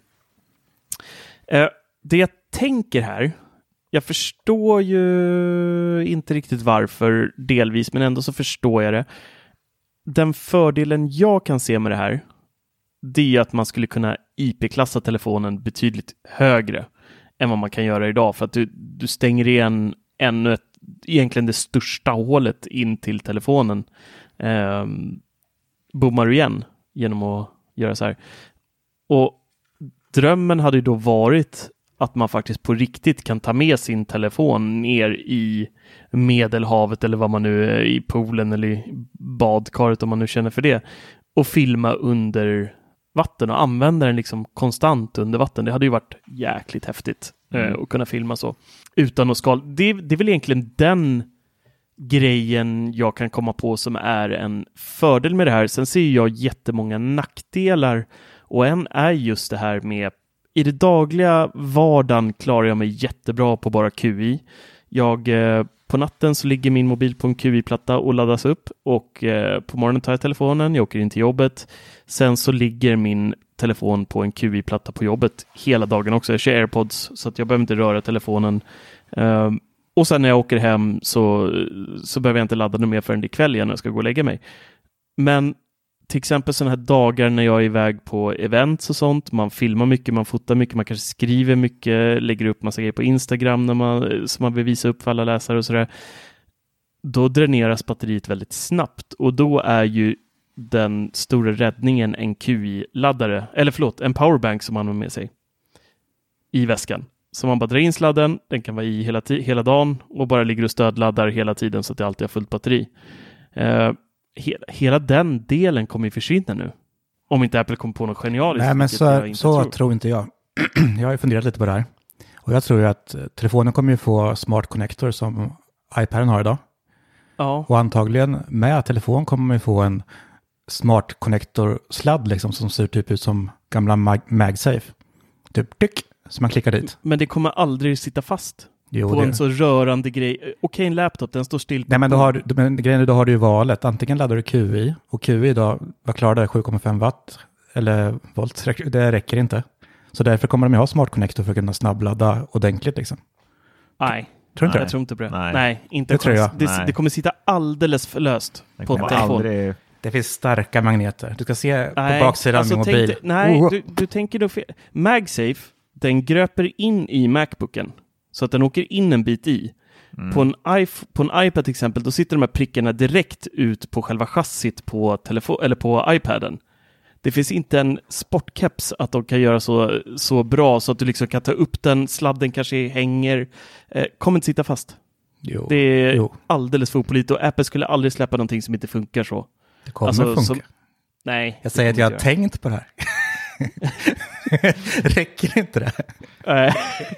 Speaker 5: Eh, det jag tänker här, jag förstår ju inte riktigt varför delvis, men ändå så förstår jag det. Den fördelen jag kan se med det här, det är att man skulle kunna I P-klassa telefonen betydligt högre än vad man kan göra idag, för att du, du stänger igen ännu ett, egentligen det största hålet in till telefonen. Eh, bommar du igen genom att göra så här. Och drömmen hade ju då varit att man faktiskt på riktigt kan ta med sin telefon ner i Medelhavet eller vad man nu är, i poolen eller i badkaret om man nu känner för det, och filma under vatten och använda den liksom konstant under vatten. Det hade ju varit jäkligt häftigt mm. eh, att kunna filma så utan att skala. Det, det är väl egentligen den grejen jag kan komma på som är en fördel med det här. Sen ser jag jättemånga nackdelar. Och en är just det här med i det dagliga vardagen klarar jag mig jättebra på bara Q I. Jag, eh, på natten så ligger min mobil på en Q I-platta och laddas upp. Och eh, på morgonen tar jag telefonen, jag åker in till jobbet. Sen så ligger min telefon på en Q I-platta på jobbet hela dagen också. Jag kör AirPods så att jag behöver inte röra telefonen. Eh, och sen när jag åker hem så, så behöver jag inte ladda den mer förrän ikväll igen när jag ska gå och lägga mig. Men till exempel sådana här dagar när jag är iväg på events och sånt. Man filmar mycket, man fotar mycket, man kanske skriver mycket, lägger upp massa grejer på Instagram när man, som man vill visa upp för alla läsare och sådär. Då dräneras batteriet väldigt snabbt och då är ju den stora räddningen en Q I-laddare, eller förlåt, en powerbank som man har med sig i väskan. Så man bara drar in sladden, den kan vara i hela, t- hela dagen och bara ligger och stödladdar hela tiden så att det alltid har fullt batteri. Uh, he- hela den delen kommer ju försvinna nu. Om inte Apple kommer på något genialiskt.
Speaker 6: Nej, men så, så tror. tror inte jag. Jag har ju funderat lite på det här. Och jag tror ju att telefonen kommer ju få smart connector som iPaden har idag.
Speaker 5: Ja.
Speaker 6: Och antagligen med telefon kommer man ju få en smart connector-sladd liksom, som ser typ ut som gamla Mag- MagSafe. Typ tyck, som man klickar dit.
Speaker 5: Men det kommer aldrig sitta fast
Speaker 6: jo,
Speaker 5: på
Speaker 6: det.
Speaker 5: en så rörande grej. Okej, en laptop, den står still.
Speaker 6: Nej, men då har du, men grejen är, då har du ju valet. Antingen laddar du Q I, och Q I idag, vad klarar det? sju komma fem watt eller volt. Det räcker inte. Så därför kommer de ju ha smart connector för att kunna snabbladda ordentligt liksom.
Speaker 5: Nej.
Speaker 6: Tror inte
Speaker 5: Nej,
Speaker 6: det?
Speaker 5: jag tror inte på det.
Speaker 7: Nej,
Speaker 5: Nej inte
Speaker 6: det tror jag.
Speaker 5: Det,
Speaker 7: Nej.
Speaker 5: det kommer sitta alldeles för löst
Speaker 7: Den
Speaker 5: på en
Speaker 7: kommer
Speaker 5: telefon.
Speaker 7: aldrig...
Speaker 6: Det finns starka magneter. Du ska se
Speaker 5: Nej,
Speaker 6: på baksidan
Speaker 5: alltså,
Speaker 6: av min
Speaker 5: tänk
Speaker 6: mobil.
Speaker 5: dig- nej,
Speaker 6: Oh.
Speaker 5: du, du tänker då fel. MagSafe, den gröper in i MacBooken så att den åker in en bit i.
Speaker 7: Mm.
Speaker 5: På, en iPh- på en iPad till exempel, då sitter de här prickarna direkt ut på själva chassit på, telefo- eller på iPaden. Det finns inte en sportcaps att de kan göra så, så bra så att du liksom kan ta upp den, sladden kanske hänger. Eh, kommer inte sitta fast.
Speaker 6: Jo,
Speaker 5: Det är
Speaker 6: jo,
Speaker 5: alldeles för opålitligt och Apple skulle aldrig släppa någonting som inte funkar så.
Speaker 6: det kommer
Speaker 5: Alltså,
Speaker 6: funka.
Speaker 5: som- Nej.
Speaker 6: Jag säger att
Speaker 5: det
Speaker 6: jag
Speaker 5: kommer
Speaker 6: har
Speaker 5: inte
Speaker 6: tänkt på det här. Räcker inte det?
Speaker 5: göra.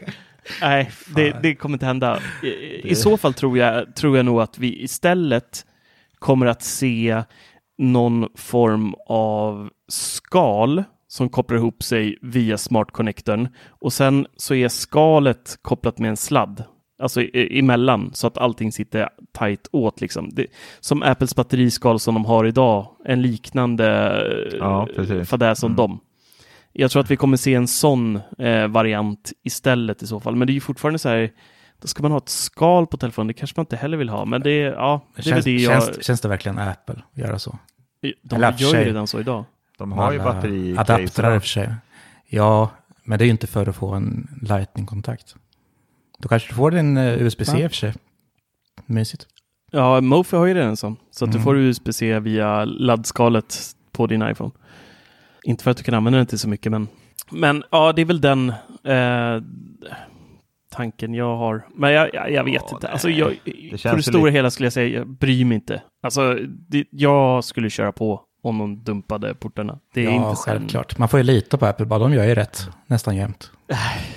Speaker 5: Nej, det, det kommer inte hända. I, i så fall tror jag, tror jag nog att vi istället kommer att se någon form av skal som kopplar ihop sig via smart connectorn och sen så är skalet kopplat med en sladd, alltså i, emellan så att allting sitter tight åt liksom. Det, som Apples batteriskal som de har idag, en liknande
Speaker 7: Ja, precis.
Speaker 5: fadäs som
Speaker 7: Mm.
Speaker 5: dem. Jag tror att vi kommer se en sån eh, variant istället i så fall, men det är ju fortfarande så här, då ska man ha ett skal på telefonen, det kanske man inte heller vill ha, men det, ja, det är
Speaker 6: Känns,
Speaker 5: väl det jag...
Speaker 6: känns, känns det verkligen Apple att göra så?
Speaker 5: De
Speaker 6: eller
Speaker 5: gör
Speaker 6: för
Speaker 5: ju
Speaker 6: sig-
Speaker 5: redan så idag.
Speaker 7: De har ju
Speaker 6: Alla
Speaker 7: batteri
Speaker 6: adaptrar i och för sig. Ja, men det är ju inte för att få en Lightning-kontakt. Då kanske du får din uh, U S B-C
Speaker 5: Va?
Speaker 6: i och för sig. Mysigt.
Speaker 5: Ja, Mofi har ju redan en sån, så att
Speaker 6: Mm.
Speaker 5: du får U S B-C via laddskalet på din iPhone. Inte för att du kan använda den till så mycket, men, men ja, det är väl den eh, tanken jag har. Men jag, jag, jag vet
Speaker 7: Ja,
Speaker 5: inte.
Speaker 7: nej.
Speaker 5: Alltså, jag,
Speaker 7: Det
Speaker 5: på
Speaker 7: känns
Speaker 5: det
Speaker 7: ju
Speaker 5: stora
Speaker 7: lite-
Speaker 5: hela skulle jag säga, jag bryr mig inte. Alltså, det, jag skulle köra på om de dumpade portarna. Det är
Speaker 6: Ja,
Speaker 5: inte sen-
Speaker 6: självklart. Man får ju lita på Apple, bara de gör ju rätt nästan jämt.
Speaker 5: Ja,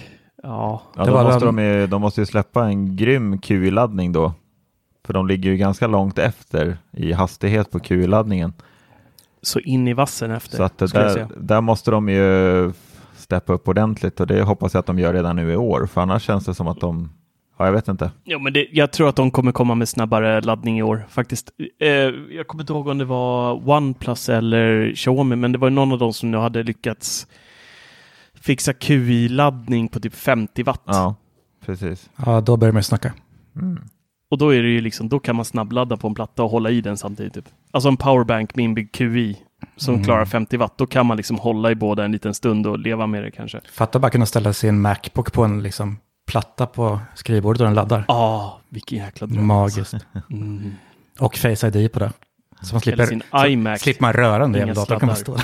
Speaker 7: Ja,
Speaker 6: Det
Speaker 7: då
Speaker 6: var
Speaker 7: måste
Speaker 6: den-
Speaker 7: de, ju, de måste ju släppa en grym Q I-laddning då. För de ligger ju ganska långt efter i hastighet på Q I-laddningen.
Speaker 5: så in i vassen efter.
Speaker 7: Så att det
Speaker 5: skulle jag
Speaker 7: där,
Speaker 5: säga.
Speaker 7: där måste de ju steppa upp ordentligt och det hoppas jag att de gör redan nu i år. För annars känns det som att de, ja jag vet inte.
Speaker 5: Jo, men det, jag tror att de kommer komma med snabbare laddning i år faktiskt. Eh, jag kommer inte ihåg om det var OnePlus eller Xiaomi, men det var någon av dem som nu hade lyckats fixa Q I-laddning på typ femtio watt.
Speaker 7: Ja, precis.
Speaker 6: Ja, då börjar man snacka.
Speaker 7: Mm.
Speaker 5: Och då är det ju liksom, då kan man snabbladda på en platta och hålla i den samtidigt. Typ. Alltså en powerbank med inbyggd Q I som
Speaker 6: Mm.
Speaker 5: klarar femtio watt, då kan man liksom hålla i båda en liten stund och leva med det kanske.
Speaker 6: Fatta bara kunna ställa sin Macbook på en liksom, platta på skrivbordet och den laddar.
Speaker 5: Ja, ah, vilken jäkla dröm.
Speaker 6: Magiskt.
Speaker 5: Mm.
Speaker 6: Och Face I D på det. Så man slipper,
Speaker 5: Eller sin
Speaker 6: så,
Speaker 5: iMac.
Speaker 6: slipper man röra den
Speaker 5: Inga
Speaker 6: jävla datorn. Kan man
Speaker 5: sladdar.
Speaker 6: stå.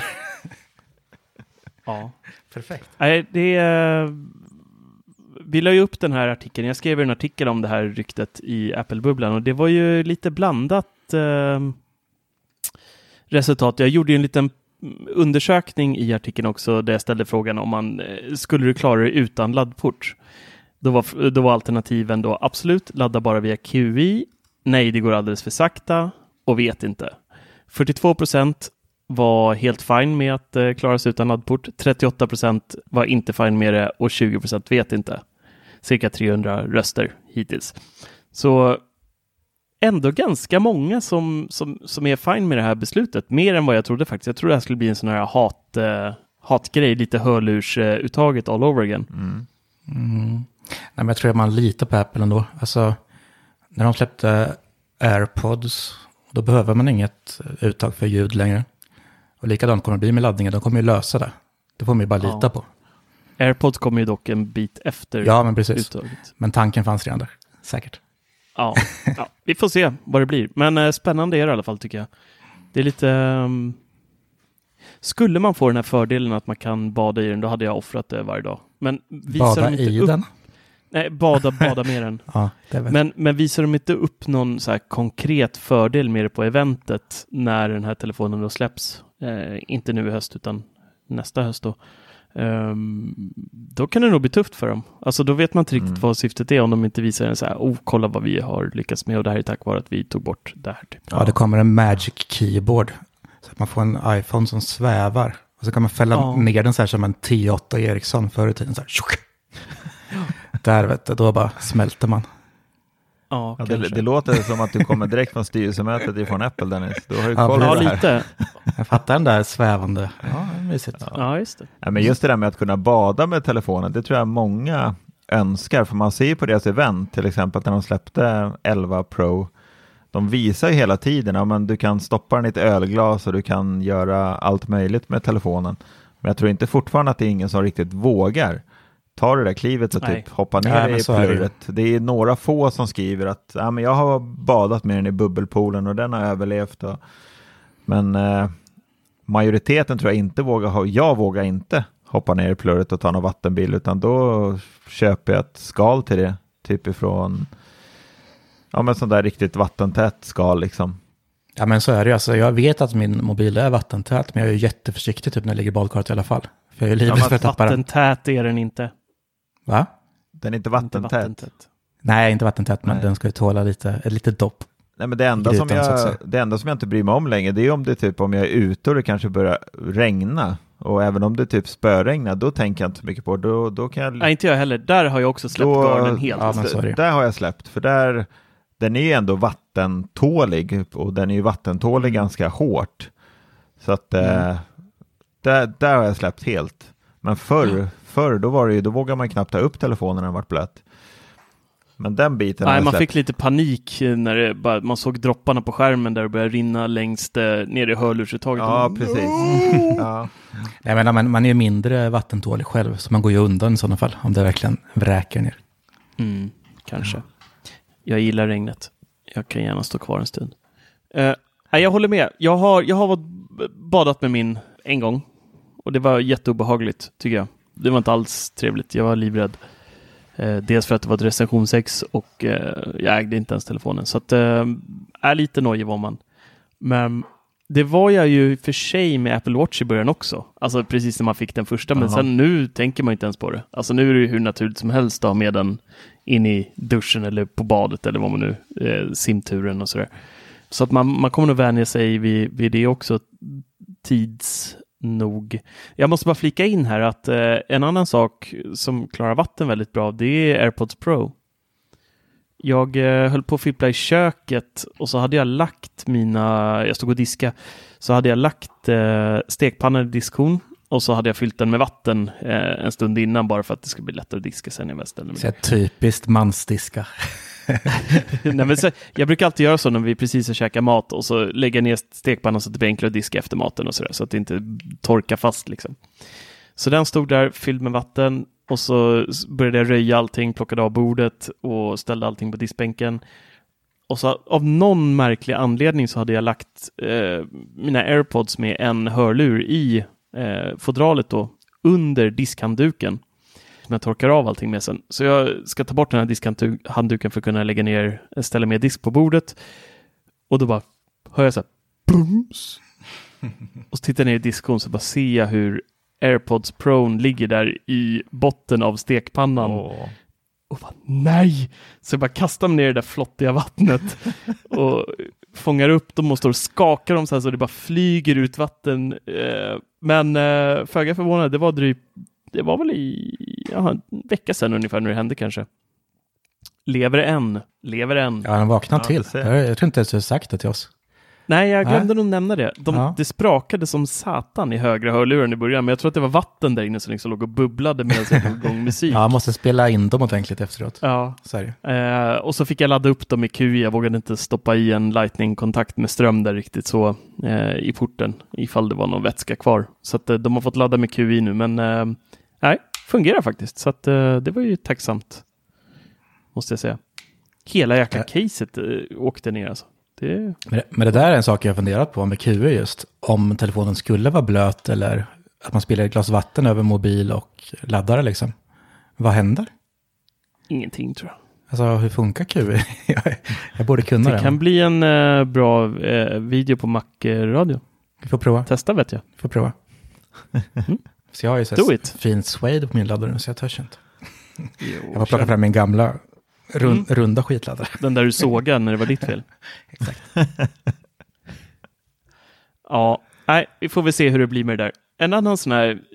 Speaker 5: Ja.
Speaker 6: Perfekt.
Speaker 5: Nej, det är... Vi la ju upp den här artikeln. Jag skrev en artikel om det här ryktet i Apple-bubblan och det var ju lite blandat eh, resultat. Jag gjorde ju en liten undersökning i artikeln också där jag ställde frågan om man eh, skulle du klara det utan laddport. Då var, då var alternativen då absolut, ladda bara via Q I. Nej, det går alldeles för sakta och vet inte. fyrtiotvå procent var helt fine med att eh, klara sig utan laddport. trettioåtta procent var inte fine med det och tjugo procent vet inte. Cirka trehundra röster hittills. Så ändå ganska många som, som, som är fine med det här beslutet. Mer än vad jag trodde faktiskt. Jag trodde det här skulle bli en sån här hat, eh, hatgrej, lite hörlursuttaget all over again.
Speaker 7: Mm.
Speaker 6: Mm. Nej, men jag tror att man litar på Apple ändå. Alltså, när de släppte AirPods, då behöver man inget uttag för ljud längre. Och likadant kommer det bli med laddningen. De kommer ju lösa det. Det får man ju bara lita
Speaker 5: ja.
Speaker 6: på.
Speaker 5: AirPods kommer ju dock en bit efter.
Speaker 6: Ja, men precis.
Speaker 5: Uttaget.
Speaker 6: Men tanken fanns redan där. Säkert.
Speaker 5: Ja, ja, vi får se vad det blir. Men eh, spännande är det i alla fall tycker jag. Det är lite... Um... Skulle man få den här fördelen att man kan bada i den, då hade jag offrat det varje dag. Men visar
Speaker 6: bada
Speaker 5: de inte
Speaker 6: i
Speaker 5: upp...
Speaker 6: den?
Speaker 5: Nej, bada, bada med den.
Speaker 6: Ja, det vet.
Speaker 5: Men, men visar de inte upp någon så här konkret fördel med det på eventet när den här telefonen då släpps? Eh, inte nu i höst utan nästa höst då. Um, då kan det nog bli tufft för dem. Alltså då vet man inte riktigt mm. vad syftet är om de inte visar en så här, oh, kolla vad vi har lyckats med och det här är tack vare att vi tog bort det här. Typ.
Speaker 6: Ja, det kommer en Magic Keyboard. Så att man får en iPhone som svävar. Och så kan man fälla ja. ner den så här som en T åtta Ericsson förr i tiden. Så här, där vet du, då bara smälter man.
Speaker 5: Ja,
Speaker 7: ja, det, det låter som att du kommer direkt från styrelsemötet ifrån Apple, Dennis. Du har ju
Speaker 5: ja,
Speaker 7: koll på
Speaker 5: ja,
Speaker 7: det här.
Speaker 5: Lite.
Speaker 6: Jag fattar den där svävande. Ja, mysigt.
Speaker 5: Ja, ja just det.
Speaker 7: Ja, men just det där med att kunna bada med telefonen, det tror jag många önskar. För man ser ju på deras event, till exempel när de släppte elva Pro. De visar ju hela tiden att ja, du kan stoppa den i ett ölglas och du kan göra allt möjligt med telefonen. Men jag tror inte fortfarande att det är ingen som riktigt vågar ta det där klivet och typ hoppa ner Nej, i plurret. Det. det är några få som skriver att ja, men jag har badat med den i bubbelpoolen och den har överlevt. Och... Men eh, majoriteten tror jag inte vågar ha. Jag vågar inte hoppa ner i plurret och ta någon vattenbil, utan då köper jag ett skal till det. Typ ifrån ja, men sån där riktigt vattentätt skal liksom.
Speaker 6: Ja, men så är det ju. Alltså, jag vet att min mobil är vattentät, men jag är ju jätteförsiktig typ när jag ligger i badkaret i alla fall. För jag är livrädd
Speaker 5: ja,
Speaker 6: för att tappa den.
Speaker 5: Vattentät är den inte.
Speaker 6: Va?
Speaker 7: Den är inte vattentät. Inte vattentät.
Speaker 6: Nej, inte vattentät, men Nej. den ska ju tåla lite, lite dopp.
Speaker 7: Nej, men det enda, grytan, som jag, det enda som jag inte bryr mig om längre, det är om det typ om jag är ute och det kanske börjar regna. Och även om det typ spöregnar, då tänker jag inte så mycket på. Då, då kan jag...
Speaker 5: Nej, inte jag heller. Där har jag också släppt då, garden helt.
Speaker 6: Ja, men
Speaker 7: där har jag släppt, för där den är ju ändå vattentålig och den är ju vattentålig ganska hårt. Så att mm. eh, där, där har jag släppt helt. Men förr, mm. förr då var det ju, då vågar man knappt ta upp telefonen när den varit blöt. Men den biten
Speaker 5: Nej,
Speaker 7: har jag
Speaker 5: man
Speaker 7: släppt.
Speaker 5: fick lite panik när det bara, man såg dropparna på skärmen där det började rinna längst ner i hörlursuttaget.
Speaker 7: Ja, precis. ja.
Speaker 6: Jag menar, man, man är ju mindre vattentålig själv, så man går ju undan i sådana fall om det verkligen vräker ner.
Speaker 5: Mm, kanske. Ja. Jag gillar regnet. Jag kan gärna stå kvar en stund. Uh, jag håller med. Jag har, jag har badat med min en gång. Och det var jätteobehagligt, tycker jag. Det var inte alls trevligt. Jag var livrädd. Uh, dels för att det var ett recensionsex och uh, jag ägde inte ens telefonen. Så att, uh, är lite nojig var man. Men det var jag ju för sig med Apple Watch i början också. Alltså precis när man fick den första. Men Aha. sen nu tänker man inte ens på det. Alltså nu är det ju hur naturligt som helst att ha med den in i duschen eller på badet eller vad man nu, eh, simturen och sådär. Så att man, man kommer nog vänja sig vid, vid det också tids nog. Jag måste bara flika in här att eh, en annan sak som klarar vatten väldigt bra, det är AirPods Pro. Jag eh, höll på att fippla i köket och så hade jag lagt mina, jag stod och diska, så hade jag lagt eh, stekpannan i diskhon och så hade jag fyllt den med vatten eh, en stund innan bara för att det skulle bli lättare att diska sen när jag ställde mig.
Speaker 6: Så typiskt mansdiska.
Speaker 5: Nej, men så, jag brukar alltid göra så när vi precis har käkat mat och så lägger jag ner stekpannan så att det blir enklare att diska efter maten och sådär, så att det inte torkar fast liksom. Så den stod där fylld med vatten och så började jag röja allting, plockade av bordet och ställde allting på diskbänken. Och så av någon märklig anledning så hade jag lagt eh, mina AirPods med en hörlur i eh, fodralet då under diskhandduken. Som jag torkar av allting med sen. Så jag ska ta bort den här diskhandduken för att kunna lägga ner, ställa mer disk på bordet. Och då bara hör jag så här bums. Och så tittar jag ner i diskon så bara ser jag hur AirPods Pro ligger där i botten av stekpannan. Oh. Och bara, nej! Så jag bara kastar mig ner i det där flottiga vattnet och fångar upp dem och står och skakar dem så här så det bara flyger ut vatten. Men föga förvånad, det var drygt, det var väl i ja, en vecka sedan ungefär när det hände kanske. Lever än, lever än.
Speaker 6: Ja, den vaknade till. Jag, jag tror inte ens du har sagt det till oss.
Speaker 5: Nej, jag glömde nog nämna det. De,
Speaker 6: Ja.
Speaker 5: Det sprakade som satan i högra hörluren i början, men jag tror att det var vatten där inne som liksom låg och bubblade medan jag tog igång musik.
Speaker 6: Ja, jag måste spela in dem ordentligt efteråt.
Speaker 5: Ja.
Speaker 6: Så är det.
Speaker 5: Eh, och så fick jag ladda upp dem i Q I. Jag vågade inte stoppa i en lightning-kontakt med ström där riktigt så eh, i porten, ifall det var någon vätska kvar. Så att, eh, de har fått ladda med Q I nu, men eh, nej, fungerar faktiskt. Så att, eh, det var ju tacksamt, måste jag säga. Hela jäkla caset eh, åkte ner alltså. Det...
Speaker 6: Men, men det där är en sak jag har funderat på med Q I just. Om telefonen skulle vara blöt eller att man spiller ett glas vatten över mobil och laddare liksom. Vad händer?
Speaker 5: Ingenting tror jag.
Speaker 6: Alltså hur funkar Q I? jag, jag borde kunna det.
Speaker 5: Det kan bli en eh, bra eh, video på Mac-radio.
Speaker 6: Vi får prova.
Speaker 5: Testa vet jag.
Speaker 6: Vi får prova.
Speaker 5: Mm.
Speaker 6: Så jag har ju så
Speaker 5: Do it.
Speaker 6: fin suede på min laddare så jag törs inte.
Speaker 5: Jo,
Speaker 6: jag får plocka fram min gamla rund,
Speaker 5: Mm.
Speaker 6: runda skitladdare.
Speaker 5: Den där du sågade när det var ditt fel.
Speaker 6: Exakt.
Speaker 5: Ja, nej, vi får väl se hur det blir med det där. En annan sån här eh,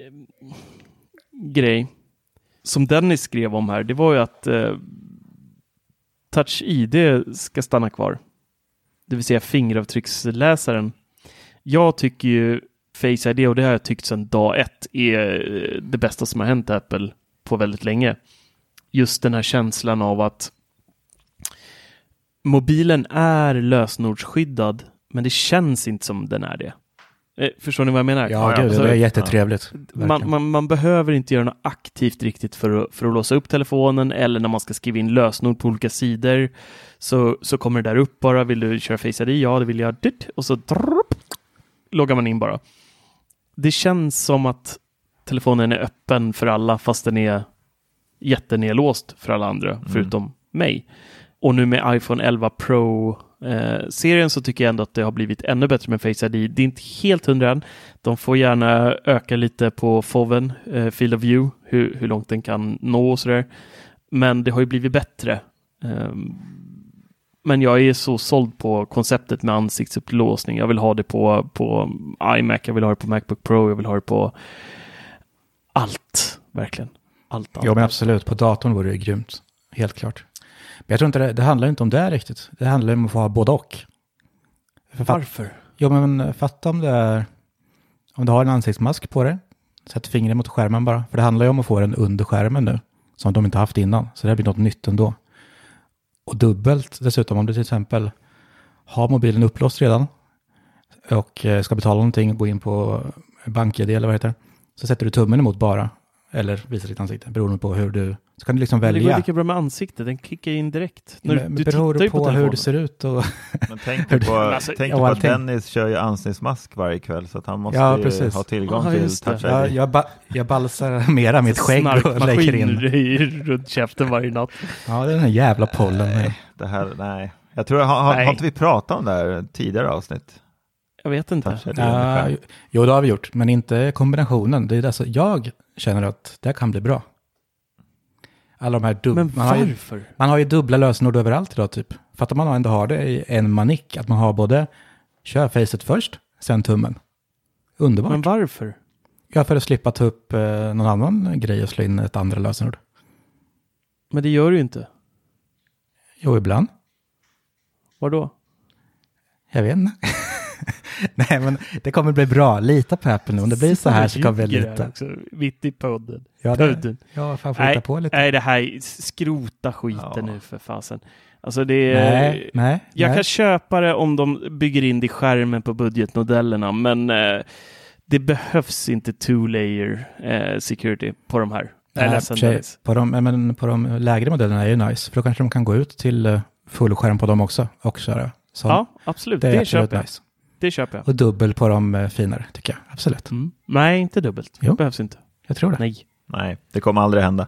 Speaker 5: grej som Dennis skrev om här, det var ju att eh, Touch I D ska stanna kvar. Det vill säga fingeravtrycksläsaren. Jag tycker ju Face I D, och det har jag tyckt sedan dag ett, är det bästa som har hänt Apple på väldigt länge. Just den här känslan av att mobilen är lösenordsskyddad, men det känns inte som den är det. Eh, förstår ni vad jag menar?
Speaker 6: Ja, gud, det är jättetrevligt.
Speaker 5: Man, man, man behöver inte göra något aktivt riktigt för att, för att låsa upp telefonen, eller när man ska skriva in lösenord på olika sidor så, så kommer det där upp bara. Vill du köra Face I D? Ja, det vill jag. Och så drrp, loggar man in bara. Det känns som att telefonen är öppen för alla fast den är jättenedlåst för alla andra, mm. förutom mig. Och nu med iPhone elva Pro-serien eh, så tycker jag ändå att det har blivit ännu bättre med Face I D. Det är inte helt hundra än. De får gärna öka lite på F O V-en, eh, Field of View, hur, hur långt den kan nå och sådär. Men det har ju blivit bättre. Eh, men jag är så såld på konceptet med ansiktsupplåsning. Jag vill ha det på, på iMac, jag vill ha det på MacBook Pro, jag vill ha det på allt, verkligen. Allt, allt.
Speaker 6: Ja, men absolut. På datorn vore det grymt. Helt klart. Men jag tror inte det, det handlar inte om det riktigt. Det handlar om att få ha både och.
Speaker 5: För Varför?
Speaker 6: Ja, men fatta om det är, om du har en ansiktsmask på dig. Sätt fingret mot skärmen bara. För det handlar ju om att få den under skärmen nu. Som de inte haft innan. Så det blir något nytt ändå. Och dubbelt dessutom om du till exempel har mobilen upplåst redan. Och ska betala någonting. Gå in på BankID eller vad heter det. Så sätter du tummen emot bara. Eller visar ditt ansikte. Beroende på hur du... Så kan du liksom välja.
Speaker 5: Det går lika bra med ansiktet. Den kickar in direkt. När
Speaker 6: men,
Speaker 5: du
Speaker 6: beror
Speaker 5: tittar ju
Speaker 6: på,
Speaker 5: på
Speaker 6: hur det ser ut. Och
Speaker 7: men tänk på,
Speaker 5: alltså,
Speaker 7: tänk
Speaker 6: ja,
Speaker 7: på att
Speaker 6: allting.
Speaker 7: Dennis kör ju ansiktsmask varje kväll. Så att han måste
Speaker 6: Ja,
Speaker 7: ju
Speaker 6: precis.
Speaker 7: ha tillgång
Speaker 5: Ja,
Speaker 7: till
Speaker 5: just det.
Speaker 7: Touch I D.
Speaker 6: jag, jag, ba, jag balsar mera mitt skägg och lägger in.
Speaker 5: Snarkmaskin runt käften varje natt.
Speaker 6: Ja, det är den här jävla pollen.
Speaker 7: Nej, det här, nej. Jag tror, har, har,
Speaker 5: Nej.
Speaker 7: har inte vi pratat om det här tidigare avsnitt?
Speaker 5: Jag vet inte.
Speaker 7: Touch I D
Speaker 6: Ja,
Speaker 7: ungefär.
Speaker 6: jo, det har vi gjort. Men inte kombinationen. Det är det så jag känner att det kan bli bra. Alla de här dub-
Speaker 5: Men
Speaker 6: man, har ju,
Speaker 5: varför?
Speaker 6: man har ju dubbla lösenord överallt idag typ. För att man ändå har det i en manick. Att man har både kör facet först, sen tummen. Underbart.
Speaker 5: Men varför?
Speaker 6: Ja, för att slippa ta upp eh, någon annan grej och slå in ett andra lösenord.
Speaker 5: Men det gör du ju inte.
Speaker 6: Jo, ibland.
Speaker 5: Vadå?
Speaker 6: Jag vet inte. Nej, men det kommer bli bra. Lita på Apple nu. Om det blir så här så kommer vi
Speaker 5: Ljuger här
Speaker 6: lita.
Speaker 5: också, mitt i podden.
Speaker 6: Ja,
Speaker 5: Podden.
Speaker 6: det, ja, fan får
Speaker 5: Nej,
Speaker 6: hitta på lite.
Speaker 5: nej, det här, skrota skiten
Speaker 7: Ja.
Speaker 5: nu för fasen. Alltså det är...
Speaker 6: Nej, nej.
Speaker 5: Jag
Speaker 6: nej.
Speaker 5: kan köpa det om de bygger in det i skärmen på budgetmodellerna, men eh, det behövs inte two-layer eh, security på de här. Jag är
Speaker 6: Nej,
Speaker 5: ledsen,
Speaker 6: för sig,
Speaker 5: Dennis.
Speaker 6: på, de, men på de lägre modellerna är ju nice. För då kanske de kan gå ut till uh, fullskärm på dem också och köra. Så
Speaker 5: Ja, absolut.
Speaker 6: det
Speaker 5: Det,
Speaker 6: är absolut
Speaker 5: köper jag.
Speaker 6: nice.
Speaker 5: Det köper jag.
Speaker 6: Och dubbel på de uh, finare tycker jag. Absolut.
Speaker 5: Mm. Nej, inte dubbelt.
Speaker 6: Jo.
Speaker 5: Det behövs inte.
Speaker 6: Jag tror det.
Speaker 5: Nej.
Speaker 7: Nej, det kommer aldrig hända.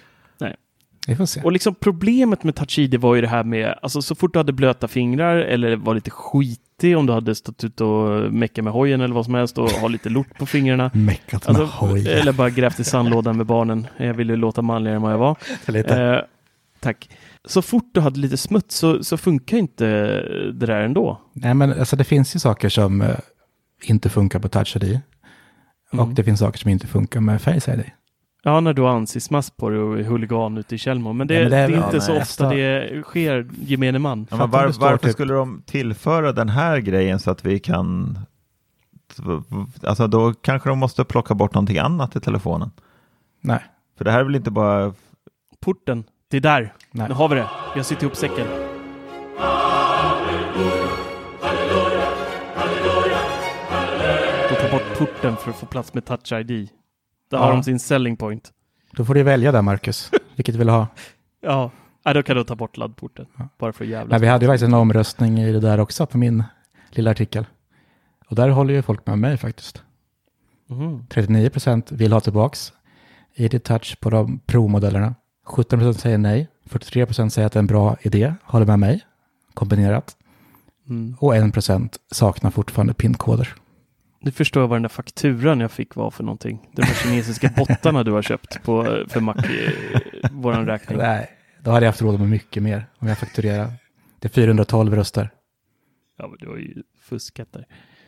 Speaker 6: Vi får se.
Speaker 5: Och liksom problemet med Touch I D var ju det här med, alltså så fort du hade blöta fingrar eller var lite skitig, om du hade stått ut och meckat med hojen eller vad som helst och ha lite lort på fingrarna.
Speaker 6: Meckat med
Speaker 5: Alltså,
Speaker 6: hoj.
Speaker 5: eller bara grävt i sandlådan med barnen. Jag ville låta manligare än vad jag var.
Speaker 6: Lite.
Speaker 5: Eh, tack. Så fort du hade lite smuts så, så funkar inte det där ändå.
Speaker 6: Nej, men alltså det finns ju saker som uh, inte funkar på Touch I D. Och
Speaker 5: Mm.
Speaker 6: det finns saker som inte funkar med Face I D.
Speaker 5: Ja, när du anses mass på det och är huligan ute i Källmo. Men det,
Speaker 6: ja, men det, är,
Speaker 5: det är
Speaker 6: ja,
Speaker 5: inte
Speaker 6: nej,
Speaker 5: så ofta
Speaker 6: jag...
Speaker 5: det sker gemene man.
Speaker 7: Ja, men var, varför typ... skulle de tillföra den här grejen så att vi kan... Alltså då kanske de måste plocka bort någonting annat i telefonen.
Speaker 6: Nej.
Speaker 7: För det här är väl inte bara...
Speaker 5: Porten, det är där.
Speaker 6: Nej.
Speaker 5: Nu har vi det. Jag sitter ihop säcken. Då tar bort porten för att få plats med Touch I D. Där ja. har de sin selling point.
Speaker 6: Då får du välja där, Marcus. Vilket vill du ha?
Speaker 5: Ja, ja då kan du ta bort laddporten. Ja. Bara för jävla.
Speaker 6: Men vi hade ju faktiskt en omröstning i det där också på min lilla artikel. Och där håller ju folk med mig faktiskt. Mm. trettionio procent vill ha tillbaks I D Touch på de Pro-modellerna. sjutton procent säger nej. fyrtiotre procent säger att det är en bra idé. Håller med mig. Kombinerat. Mm. Och en procent saknar fortfarande pinkoder.
Speaker 5: Du förstår vad den där fakturan jag fick var för någonting. De här kinesiska bottarna du har köpt på, för Mac i våran räkning.
Speaker 6: Nej, då hade jag haft råd med mycket mer om jag fakturerar. Det är fyrahundratolv röster.
Speaker 5: Ja, men du har ju fuskat där.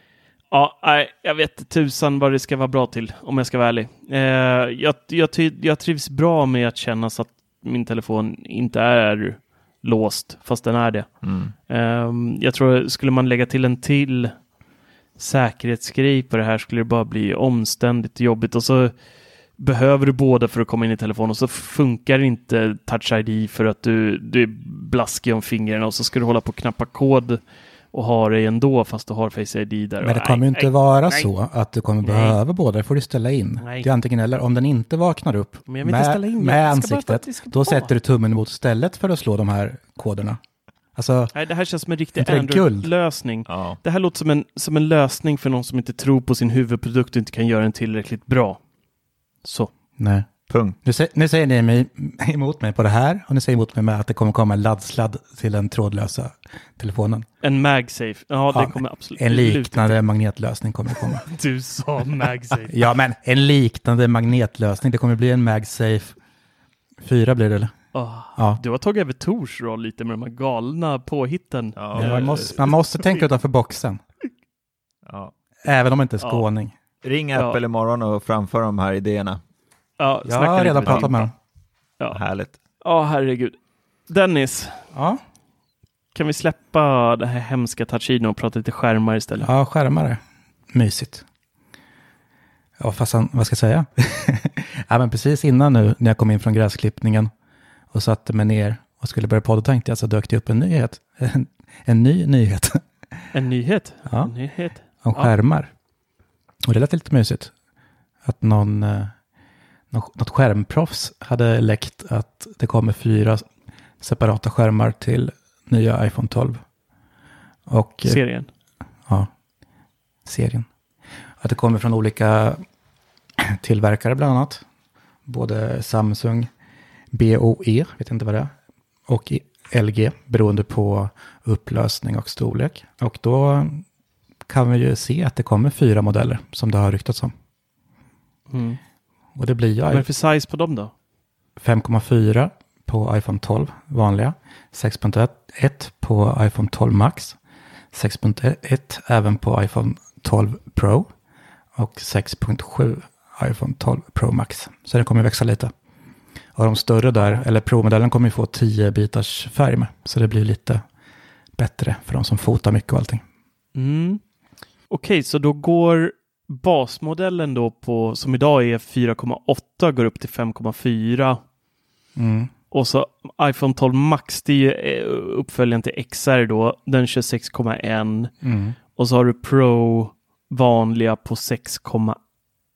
Speaker 5: Ja, nej, jag vet tusan vad det ska vara bra till, om jag ska vara ärlig. Eh, jag, jag, ty, jag trivs bra med att känna så att min telefon inte är låst, fast den är det. Mm. Eh, jag tror, skulle man lägga till en till säkerhetsgrej på det här skulle det bara bli omständigt jobbigt. Och så behöver du båda för att komma in i telefonen och så funkar inte Touch I D för att du, du är blaskig om fingrarna och så ska du hålla på och knappa kod och ha det ändå fast du har Face I D där.
Speaker 6: Men det kommer nej, inte
Speaker 5: nej,
Speaker 6: vara
Speaker 5: nej.
Speaker 6: så att du kommer behöva nej. båda. Det får du ställa in. Nej. Det är antingen eller. Om den inte vaknar upp med, med ansiktet, då sätter du tummen emot stället för att slå de här koderna. Alltså,
Speaker 5: nej, det här känns som en riktig Android-lösning. Ja. Det här låter som en, som en lösning för någon som inte tror på sin huvudprodukt och inte kan göra den tillräckligt bra. Så.
Speaker 6: Nej.
Speaker 7: Punkt.
Speaker 6: Nu, sä- nu säger ni mig, emot mig på det här och ni säger emot mig med att det kommer komma en laddsladd till den trådlösa telefonen.
Speaker 5: En MagSafe. Ja, ja det kommer absolut.
Speaker 6: En liknande magnetlösning kommer komma.
Speaker 5: Du sa MagSafe.
Speaker 6: Ja, men en liknande magnetlösning. Det kommer bli en MagSafe fyra blir det eller?
Speaker 5: Oh, ja. Du har tagit över Tors roll lite med de här galna påhitten.
Speaker 6: Ja, man, måste, man måste tänka utanför boxen. Ja. Även om det inte är skåning.
Speaker 7: Ja. Ring Apple ja. imorgon och framför de här idéerna.
Speaker 5: Ja,
Speaker 6: jag har redan pratat med dem.
Speaker 7: Ja. Härligt.
Speaker 5: Ja, herregud. Dennis.
Speaker 6: Ja.
Speaker 5: Kan vi släppa det här hemska touchino och prata lite skärmar istället?
Speaker 6: Ja, skärmar är mysigt. Ja, fast vad ska jag säga? Ja, men precis innan nu när jag kom in från gräsklippningen och satte mig ner och skulle börja podda tänkte jag så dök det upp en nyhet. En, en ny nyhet.
Speaker 5: En nyhet?
Speaker 6: Ja.
Speaker 5: En nyhet.
Speaker 6: Om skärmar. Ja. Och det lät lite mysigt. Att någon, eh, något skärmproffs hade läckt att det kommer fyra separata skärmar till nya iPhone tolv. Och,
Speaker 5: serien?
Speaker 6: Ja, serien. Att det kommer från olika tillverkare bland annat. Både Samsung, B O E, vet inte vad det är, och L G beroende på upplösning och storlek. Och då kan vi ju se att det kommer fyra modeller som det har ryktats om.
Speaker 5: Mm.
Speaker 6: Och det blir ju...
Speaker 5: Vad är det för size på dem då?
Speaker 6: fem komma fyra på iPhone tolv vanliga, sex komma ett på iPhone tolv Max, sex komma ett även på iPhone tolv Pro och sex komma sju iPhone tolv Pro Max. Så det kommer växa lite. Och de större där, eller Pro-modellen kommer ju få tio bitars färg med. Så det blir lite bättre för de som fotar mycket och allting.
Speaker 5: Mm. Okej, okay, så då går basmodellen då på, som idag är fyra komma åtta, går upp till fem komma fyra.
Speaker 6: Mm.
Speaker 5: Och så iPhone tolv Max, det är uppföljaren till X R då. Den kör sex komma ett.
Speaker 6: Mm.
Speaker 5: Och så har du Pro vanliga på sex komma ett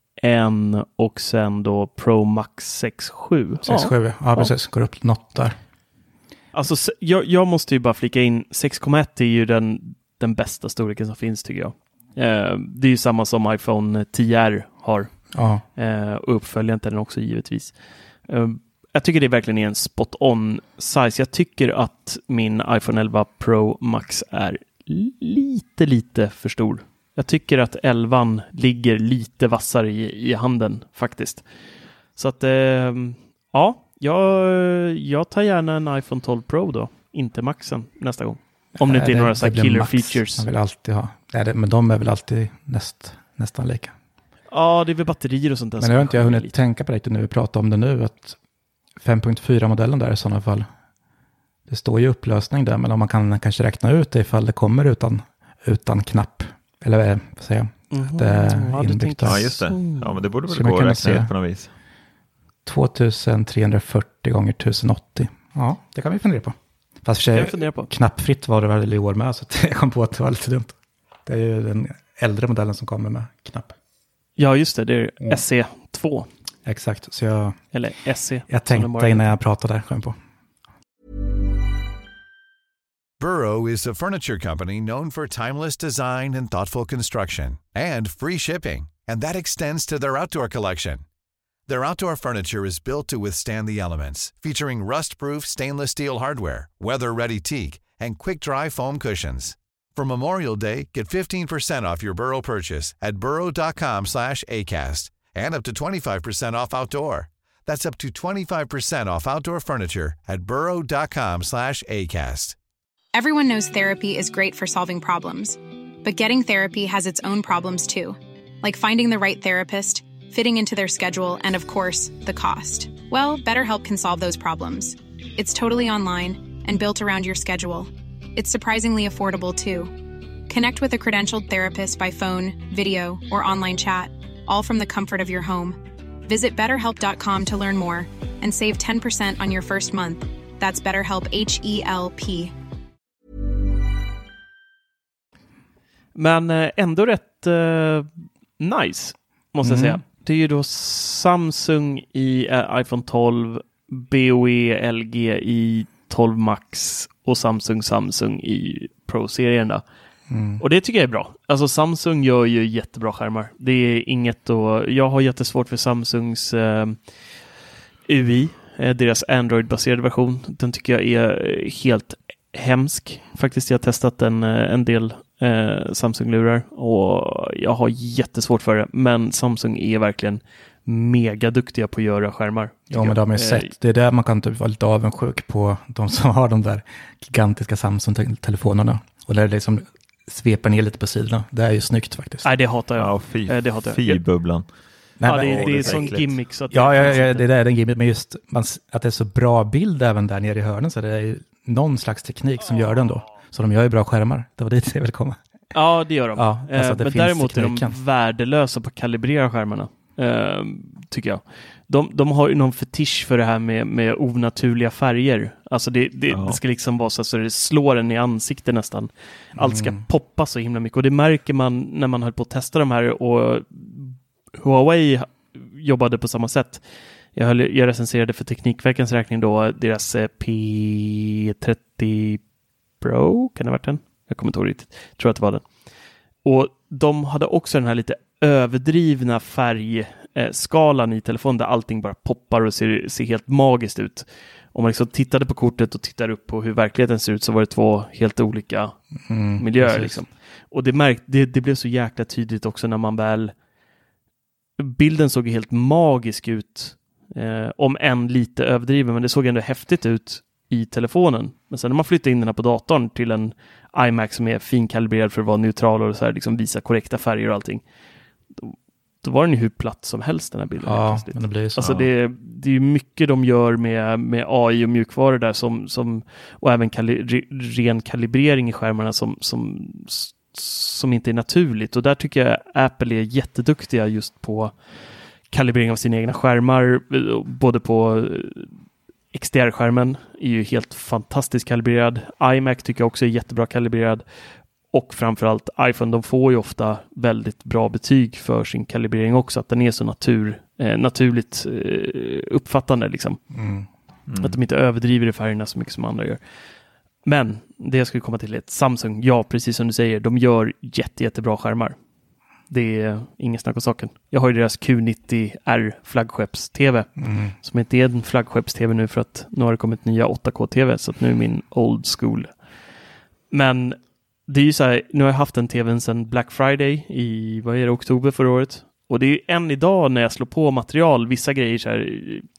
Speaker 5: och sen då Pro Max sex komma sju.
Speaker 6: sex komma sju, ja, ja precis. Går upp något där.
Speaker 5: Alltså jag, jag måste ju bara flika in, sex komma ett är ju den, den bästa storleken som finns tycker jag. Eh, det är ju samma som iPhone tio R har.
Speaker 6: Ja.
Speaker 5: Eh, och uppföljaren till den också givetvis. Eh, jag tycker det verkligen är en spot on size. Jag tycker att min iPhone elva Pro Max är lite, lite för stor. Jag tycker att elvan ligger lite vassare i, i handen faktiskt. Så att, eh, ja, jag, jag tar gärna en iPhone tolv Pro då. Inte Maxen nästa gång. Om det inte är några så här killer Max features.
Speaker 6: Man vill alltid ha. Nej, det, men de är väl alltid näst, nästan lika.
Speaker 5: Ja, det är väl batterier och sånt där.
Speaker 6: Men jag har inte jag hunnit lite. tänka på det nu, vi pratar om det nu, att fem punkt fyra-modellen där i sådana fall, det står ju upplösning där, men om man kan kanske räkna ut det ifall det kommer utan, utan knapp, eller vad säger jag?
Speaker 5: Mm-hmm.
Speaker 6: Det är
Speaker 5: ja,
Speaker 6: inbyggt.
Speaker 7: Ja, just det. Ja, men det borde väl gå att räkna ut på något vis.
Speaker 6: tvåtusen-trehundrafyrtio gånger tusen åttio. Ja, det kan vi fundera på. Fast för sig, på. knappfritt var det väl i år med, så jag kom på att det var lite dumt. Det är ju den äldre modellen som kommer med knapp.
Speaker 5: Ja, just det. Det är ja. S E två.
Speaker 6: Exakt. Så jag,
Speaker 5: Eller S E.
Speaker 6: Jag tänkte innan jag pratade där, kom på.
Speaker 2: Burrow is a furniture company known for timeless design and thoughtful construction, and free shipping. And that extends to their outdoor collection. Their outdoor furniture is built to withstand the elements, featuring rust-proof stainless steel hardware, weather-ready teak, and quick-dry foam cushions. For Memorial Day, get fifteen percent off your Burrow purchase at burrow.com slash ACAST and up to twenty-five percent off outdoor. That's up to twenty-five percent off outdoor furniture at burrow.com slash ACAST.
Speaker 8: Everyone knows therapy is great for solving problems, but getting therapy has its own problems too, like finding the right therapist, fitting into their schedule, and of course, the cost. Well, BetterHelp can solve those problems. It's totally online and built around your schedule. It's surprisingly affordable too. Connect with a credentialed therapist by phone, video, or online chat, all from the comfort of your home. Visit better help dot com to learn more and save ten percent on your first month. That's BetterHelp, H E L P.
Speaker 5: Men ändå rätt uh, nice, måste jag mm. säga. Det är ju då Samsung i uh, iPhone tolv, B O E L G i tolv Max och Samsung Samsung i Pro-serien. Mm. Och det tycker jag är bra. Alltså Samsung gör ju jättebra skärmar. Det är inget då. Jag har jättesvårt för Samsungs uh, U I, uh, deras Android-baserade version. Den tycker jag är helt hemsk. Faktiskt jag har testat en, en del eh, Samsung-lurar och jag har jättesvårt för det. Men Samsung är verkligen mega duktiga på att göra skärmar.
Speaker 6: Ja, men det har man ju sett. Det är där man kan typ vara lite avundsjuk på de som har de där gigantiska Samsung-telefonerna. Och där det liksom sveper ner lite på sidorna. Det är ju snyggt faktiskt.
Speaker 5: Nej, det hatar jag.
Speaker 7: Ja, fy,
Speaker 5: det hatar jag.
Speaker 7: fy bubblan.
Speaker 5: Nej, ja, det, det, det är sån gimmick. Så att
Speaker 6: ja, det, ja, ja, det där är den gimmick. Men just man, att det är så bra bild även där nere i hörnen, så det är ju någon slags teknik som gör den då. Så de gör ju bra skärmar. Det var dit jag vill komma.
Speaker 5: Ja, det gör de.
Speaker 6: Ja, alltså
Speaker 5: eh, men däremot tekniken. Är de värdelösa på att kalibrera skärmarna. Eh, tycker jag. De, de har ju någon fetisch för det här med, med onaturliga färger. Alltså det, det, ja. det ska liksom vara så att det slår en i ansiktet nästan. Allt ska mm. poppa så himla mycket. Och det märker man när man höll på att testa de här. Och Huawei jobbade på samma sätt. Jag, höll, jag recenserade för Teknikverkens räkning då deras P trettio Pro, kan det ha varit den? Jag kommer inte ihåg riktigt. Jag tror att det var den. Och de hade också den här lite överdrivna färgskalan i telefonen där allting bara poppar och ser, ser helt magiskt ut. Om man liksom tittade på kortet och tittar upp på hur verkligheten ser ut så var det två helt olika mm, miljöer. Liksom. Och det, märk, det, det blev så jäkla tydligt också när man väl... Bilden såg helt magisk ut. Eh, om än lite överdriven, men det såg ändå häftigt ut i telefonen. Men sen när man flyttar in den här på datorn till en iMac som är finkalibrerad för att vara neutral och så här, liksom visa korrekta färger och allting, då, då var den ju hur platt som helst den här bilden.
Speaker 6: Ja, men det blir så.
Speaker 5: Alltså det, det är ju mycket de gör med, med A I och mjukvaror där som, som, och även kali, ren kalibrering i skärmarna som, som, som inte är naturligt. Och där tycker jag Apple är jätteduktiga just på kalibrering av sina egna skärmar, både på X D R-skärmen är ju helt fantastiskt kalibrerad. iMac tycker jag också är jättebra kalibrerad. Och framförallt iPhone, de får ju ofta väldigt bra betyg för sin kalibrering också. Att den är så natur, eh, naturligt eh, uppfattande liksom. Mm. Mm. Att de inte överdriver i färgerna så mycket som andra gör. Men det jag skulle komma till är att Samsung, ja precis som du säger, de gör jätte, jättebra skärmar. Det är ingen snack om saken. Jag har ju deras Q nittio R flaggskepps-T V mm. som inte är en flaggskepps-T V nu för att nu har det kommit nya åtta K-T V så att nu är min old school. Men det är ju så här, nu har jag haft den T V:n sedan Black Friday i, vad är det, oktober förra året. Och det är ju än idag när jag slår på material, vissa grejer så här,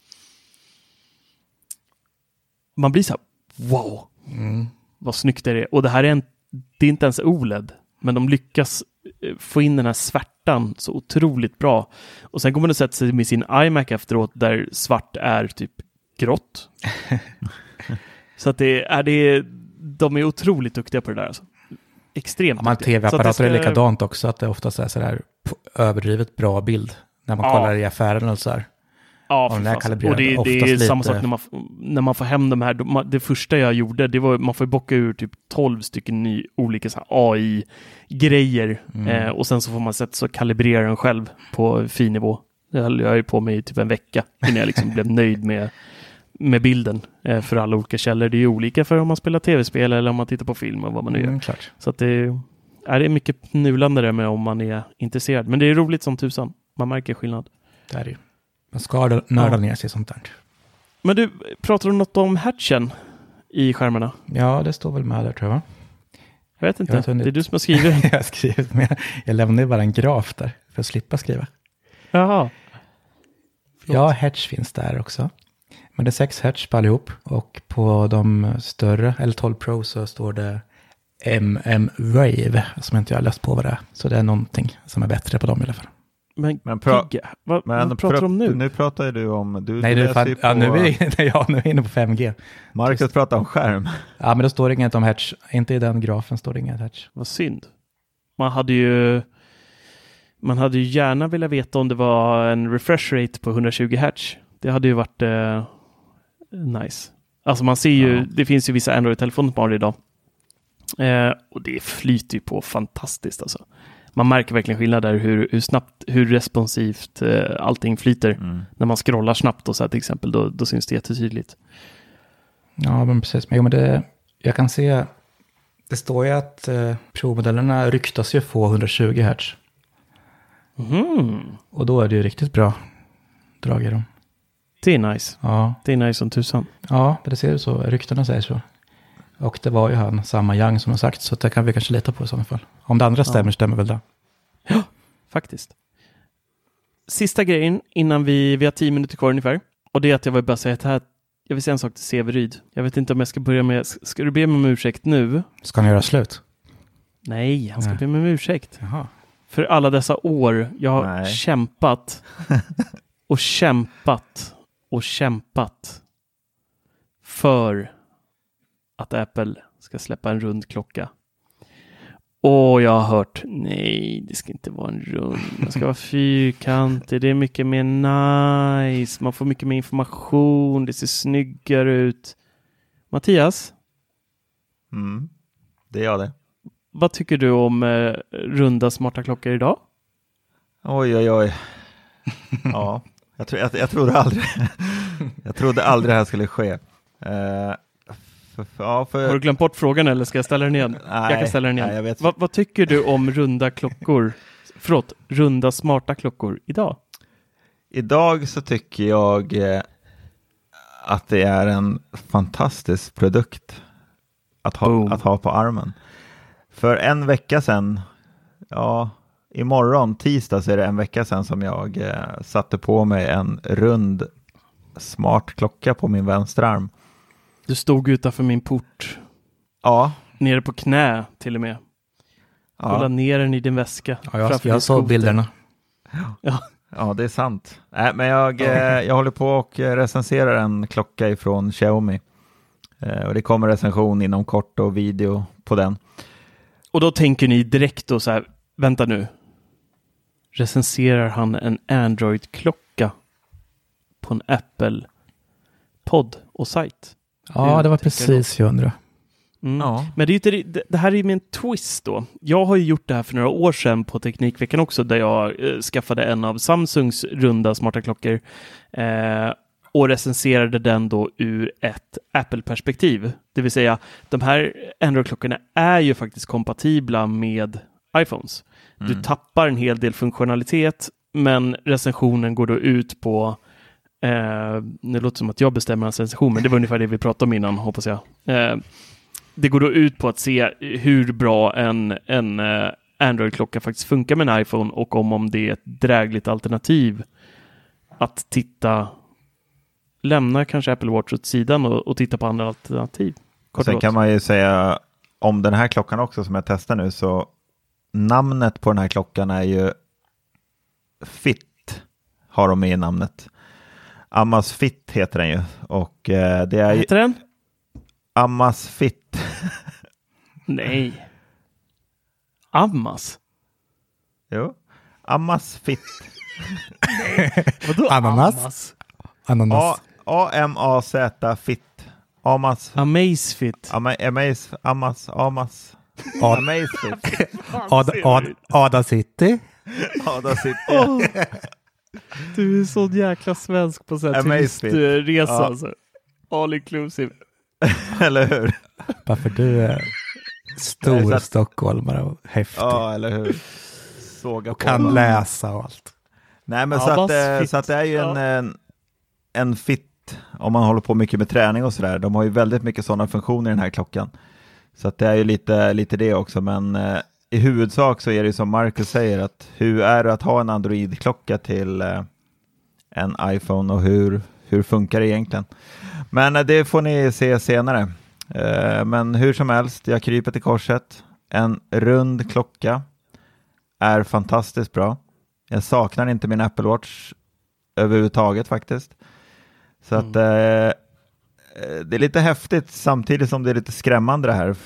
Speaker 5: man blir så här, wow, mm. vad snyggt är det. Och det här är en, det är inte ens O L E D, men de lyckas få in den här svärta svartan så otroligt bra. Och sen kommer man att sätta sig med sin iMac efteråt där svart är typ grått. Så att det är det, de är otroligt duktiga på det där alltså. Extremt.
Speaker 6: Ja, man tv-apparater ska... är likadant också, att det oftast är sådär överdrivet bra bild när man ja. kollar i affären eller så här.
Speaker 5: Ja, och, och det, det är lite... samma sak när man, när man får hem de här. Det första jag gjorde, det var man får bocka ur typ tolv stycken ny, olika så här A I-grejer mm. eh, och sen så får man sätta så kalibrera den själv på fin nivå. Det höll jag ju på mig i typ en vecka innan jag liksom blev nöjd med, med bilden eh, för alla olika källor. Det är ju olika för om man spelar tv-spel eller om man tittar på film och vad man nu gör. Mm, klart. Så att det är, det är mycket nulande där med om man är intresserad. Men det är roligt som tusan. Man märker skillnad. Det är det ju.
Speaker 6: Man ska nörda ja. ner sig sånt där.
Speaker 5: Men du, pratar du något om hatchen i skärmarna?
Speaker 6: Ja, det står väl med där tror jag.
Speaker 5: Jag vet inte, jag det är du som har skrivit.
Speaker 6: jag har skrivit med. Jag lämnade bara en graf där för att slippa skriva.
Speaker 5: Jaha. Förlåt.
Speaker 6: Ja, hatch finns där också. Men det är sex hatch på allihop. Och på de större, L tolv Pro, så står det M M Wave. Som inte jag har läst på vad det är. Så det är någonting som är bättre på dem i alla fall.
Speaker 5: Men, men, pra- Gigga, vad, men vad pratar du om nu?
Speaker 7: Nu pratar du om... Du,
Speaker 6: Nej, du fan, ja, nu, är, ja, nu är jag inne på fem G.
Speaker 7: Marcus Just, pratar om skärm.
Speaker 6: Ja, men då står det inget om hatch. Inte i den grafen står det inget hatch.
Speaker 5: Vad synd. Man hade ju... Man hade ju gärna velat veta om det var en refresh rate på hundratjugo hertz. Det hade ju varit eh, nice. Alltså man ser ju... Ja. Det finns ju vissa Android-telefoner på idag. Eh, och det flyter ju på fantastiskt alltså. Man märker verkligen skillnad där hur, hur snabbt, hur responsivt eh, allting flyter. Mm. När man scrollar snabbt och så här, till exempel, då, då syns det jättetydligt.
Speaker 6: Ja, men precis. Men, jo, men det, jag kan se, det står ju att eh, provmodellerna ryktas ju få hundratjugo hertz.
Speaker 5: Mm.
Speaker 6: Och då är det ju riktigt bra drag i dem.
Speaker 5: Det är nice.
Speaker 6: Ja.
Speaker 5: Det är nice som tusan.
Speaker 6: Ja, det ser ju så. Ryktena säger så. Och det var ju han, samma Young som har sagt, så det kan vi kanske lita på i sådana fall. Om det andra stämmer, ja. stämmer väl det.
Speaker 5: Ja, faktiskt. Sista grejen innan vi, vi har tio minuter kvar ungefär. Och det är att jag vill bara säga att här, jag vill säga en sak till Severyd. Jag vet inte om jag ska börja med, ska du be mig om ursäkt nu?
Speaker 6: Ska han göra slut?
Speaker 5: Nej, han ska Nej. be mig om ursäkt.
Speaker 6: Jaha.
Speaker 5: För alla dessa år jag har Nej. kämpat och kämpat och kämpat för att Apple ska släppa en rund klocka. Och jag har hört, nej, det ska inte vara en rund. Det ska vara fyrkantig. Det är mycket mer nice. Man får mycket mer information. Det ser snyggare ut. Mattias?
Speaker 7: Mm, det gör det.
Speaker 5: Vad tycker du om eh, runda smarta klockor idag?
Speaker 7: Oj, oj, oj. Ja, jag, tro, jag, jag trodde aldrig jag trodde aldrig det här skulle ske. Uh, För, ja, för...
Speaker 5: Har du glömt bort frågan eller ska jag ställa den igen?
Speaker 7: Nej,
Speaker 5: jag kan ställa den igen.
Speaker 7: Nej, jag vet.
Speaker 5: Va, vad tycker du om runda klockor? Förlåt, runda smarta klockor idag?
Speaker 7: Idag så tycker jag eh, att det är en fantastisk produkt att ha, att ha på armen. För en vecka sedan, ja, imorgon tisdag så är det en vecka sedan som jag eh, satte på mig en rund smart klocka på min vänsterarm.
Speaker 5: Du stod utanför min port.
Speaker 7: Ja.
Speaker 5: Nere på knä till och med.
Speaker 7: Ja.
Speaker 5: Hålla ner den i din väska.
Speaker 6: Ja, jag, jag såg bilderna.
Speaker 5: Ja.
Speaker 7: Ja, det är sant. Äh, men jag, eh, jag håller på och recenserar en klocka ifrån Xiaomi. Eh, och det kommer recension inom kort och video på den.
Speaker 5: Och då tänker ni direkt då så här, vänta nu. Recenserar han en Android-klocka på en Apple-podd och sajt?
Speaker 6: Ja, det var precis jag undrar.
Speaker 5: Mm. Ja. Men det, är ju inte, det här är ju med en twist då. Jag har ju gjort det här för några år sedan på Teknikveckan också, där jag eh, skaffade en av Samsungs runda smarta klockor eh, och recenserade den då ur ett Apple-perspektiv. Det vill säga, de här Android-klockorna är ju faktiskt kompatibla med iPhones. Mm. Du tappar en hel del funktionalitet, men recensionen går då ut på eh, det låter som att jag bestämmer en recension, men det var ungefär det vi pratade om innan, hoppas jag. Eh, Det går då ut på att se hur bra en, en uh, Android-klocka faktiskt funkar med en iPhone och om, om det är ett drägligt alternativ att titta, lämna kanske Apple Watch åt sidan och, och titta på andra alternativ.
Speaker 7: Och sen kan man ju säga om den här klockan också som jag testar nu, så namnet på den här klockan är ju Fit har de med i namnet. Amazfit heter den ju. Och eh, det är
Speaker 5: Vad heter den?
Speaker 7: Amazfit.
Speaker 5: Nej. Amaz?
Speaker 7: Jo. Amazfit.
Speaker 5: Vadå
Speaker 6: Ananas?
Speaker 5: Amaz?
Speaker 6: Ananas.
Speaker 7: A M A Z Fit. Amaz.
Speaker 5: Amazfit.
Speaker 7: Ama- Amaz. Amaz. Amaz.
Speaker 6: Ad-
Speaker 7: Amazfit.
Speaker 6: Ad- Ad- Ada City.
Speaker 7: Ja, där sitter
Speaker 5: Oh, du är så jäkla svensk på så här
Speaker 7: Amazfit.
Speaker 5: turistresa.
Speaker 7: Ja.
Speaker 5: Alltså. All inclusive.
Speaker 7: Eller hur?
Speaker 6: Varför du är stor
Speaker 7: Nej, så att-
Speaker 6: stockholmare och häftig.
Speaker 7: Ja, eller hur? Såga
Speaker 6: och
Speaker 7: på.
Speaker 6: kan läsa och allt.
Speaker 7: Nej, men
Speaker 5: Ja,
Speaker 7: så, att,
Speaker 5: vad
Speaker 7: eh,
Speaker 5: fit.
Speaker 7: så att det är ju en,
Speaker 5: Ja.
Speaker 7: en, en fit, om man håller på mycket med träning och sådär. De har ju väldigt mycket sådana funktioner i den här klockan. Så att det är ju lite, lite det också, men eh, i huvudsak så är det som Marcus säger, att hur är det att ha en Android-klocka till eh, en iPhone och hur, hur funkar det egentligen? Men eh, det får ni se senare. Eh, men hur som helst, jag kryper till korset. En rund klocka är fantastiskt bra. Jag saknar inte min Apple Watch överhuvudtaget faktiskt. Så
Speaker 5: Mm.
Speaker 7: att eh, det är lite häftigt samtidigt som det är lite skrämmande det här,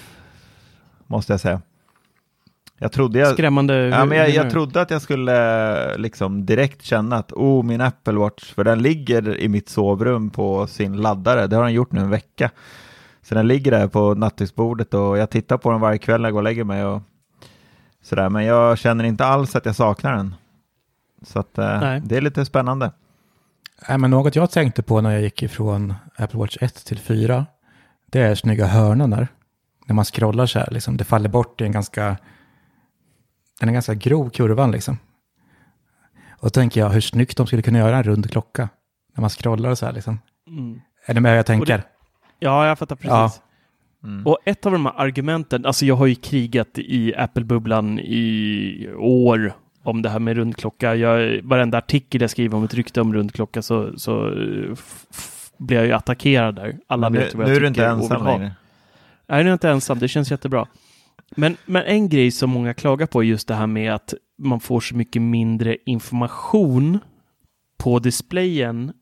Speaker 7: måste jag säga. Jag trodde jag,
Speaker 5: Skrämmande.
Speaker 7: ja, men jag,
Speaker 5: hur-
Speaker 7: jag trodde att jag skulle liksom direkt känna att oh, min Apple Watch, för den ligger i mitt sovrum på sin laddare. Det har den gjort nu en vecka. Så den ligger där på nattduksbordet och jag tittar på den varje kväll när jag går och lägger mig och sådär. Men jag känner inte alls att jag saknar den. Så att eh,
Speaker 5: Nej.
Speaker 7: det är lite spännande.
Speaker 6: Nej, men något jag tänkte på när jag gick ifrån Apple Watch ett till fyra, det är snygga hörnan där. När man scrollar så här, liksom, det faller bort i en ganska, den är ganska grov kurvan liksom. Och då tänker jag hur snyggt de skulle kunna göra en rund klocka när man scrollar så här liksom.
Speaker 5: Mm.
Speaker 6: Är det med jag tänker?
Speaker 5: Och Ja, jag fattar precis.
Speaker 6: Ja.
Speaker 7: Mm.
Speaker 5: Och ett av de här argumenten, alltså jag har ju krigat i Apple-bubblan i år om det här med rundklocka. Jag, varenda artikel jag skriver om ett rykte om rundklocka så, så f- f- blir jag ju attackerad där. Alla
Speaker 7: Men
Speaker 5: vet
Speaker 7: nu,
Speaker 5: vad
Speaker 7: nu
Speaker 5: jag
Speaker 7: är du inte
Speaker 5: tycker och
Speaker 7: ensam
Speaker 5: vill ha.
Speaker 7: längre.
Speaker 5: Nej, nu är jag inte ensam. Det känns jättebra. Men, men en grej som många klagar på är just det här med att man får så mycket mindre information på displayen.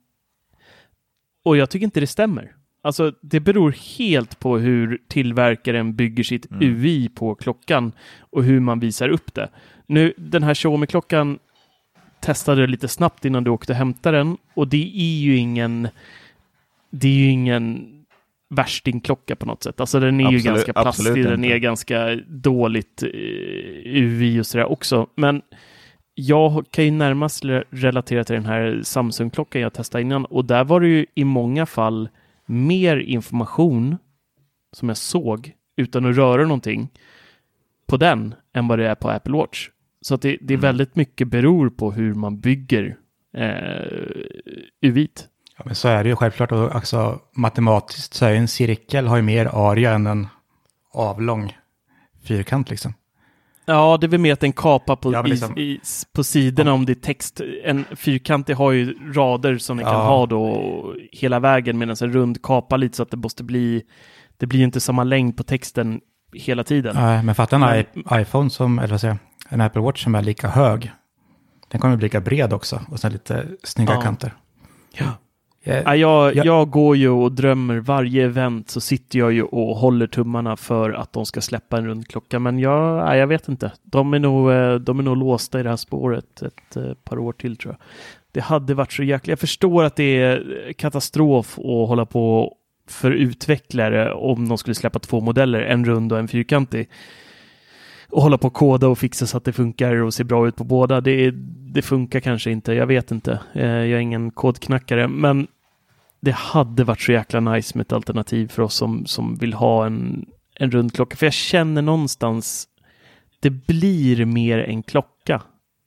Speaker 5: Och jag tycker inte det stämmer. Alltså det beror helt på hur tillverkaren bygger sitt
Speaker 7: Mm.
Speaker 5: U I på klockan och hur man visar upp det. Nu, den här Xiaomi-klockan testade jag lite snabbt innan du åkte och hämtade den och det är ju ingen det är ju ingen värstingklocka på något sätt. Alltså den är
Speaker 7: Absolut-
Speaker 5: ju ganska
Speaker 7: absolut
Speaker 5: plastig, den
Speaker 7: inte.
Speaker 5: är ganska dåligt eh, U I och sådär också. Men jag kan ju närmast re- relatera till den här Samsung-klockan jag testade innan och där var det ju i många fall mer information som jag såg utan att röra någonting på den än vad det är på Apple Watch. Så att det, det är
Speaker 7: Mm.
Speaker 5: väldigt mycket beror på hur man bygger eh, U I.
Speaker 6: Ja, men så är det ju självklart. Och alltså, matematiskt så är en cirkel har ju mer area än en avlång fyrkant liksom.
Speaker 5: Ja, det är väl mer att den kapar på,
Speaker 6: Ja, men
Speaker 5: i,
Speaker 6: liksom-
Speaker 5: i, på sidorna om det är text. En fyrkantig har ju rader som den kan
Speaker 6: Ja.
Speaker 5: ha då hela vägen medan en rund kapar lite så att det måste bli det blir ju inte samma längd på texten hela tiden.
Speaker 6: Nej, men fatta en
Speaker 5: Men-
Speaker 6: i- iPhone som, eller vad säger jag, en Apple Watch som är lika hög. Den kommer bli lika bred också och sen lite snygga
Speaker 5: Ja.
Speaker 6: kanter.
Speaker 5: Ja.
Speaker 6: Jag,
Speaker 5: Ja, jag,
Speaker 6: jag-
Speaker 5: jag går ju och drömmer varje event så sitter jag ju och håller tummarna för att de ska släppa en rundklocka. Men jag, nej, jag vet inte. De är, nog, eh, de är nog låsta i det här spåret ett eh, par år till tror jag. Det hade varit så jäkla... Jag förstår att det är katastrof att hålla på för utvecklare om de skulle släppa två modeller, en rund och en fyrkantig. Och hålla på och koda och fixa så att det funkar och ser bra ut på båda. Det, det funkar kanske inte, jag vet inte. Eh, Jag är ingen kodknackare, men det hade varit så jäkla nice med ett alternativ för oss som, som vill ha en, en rund klocka. För jag känner någonstans, det blir mer en klocka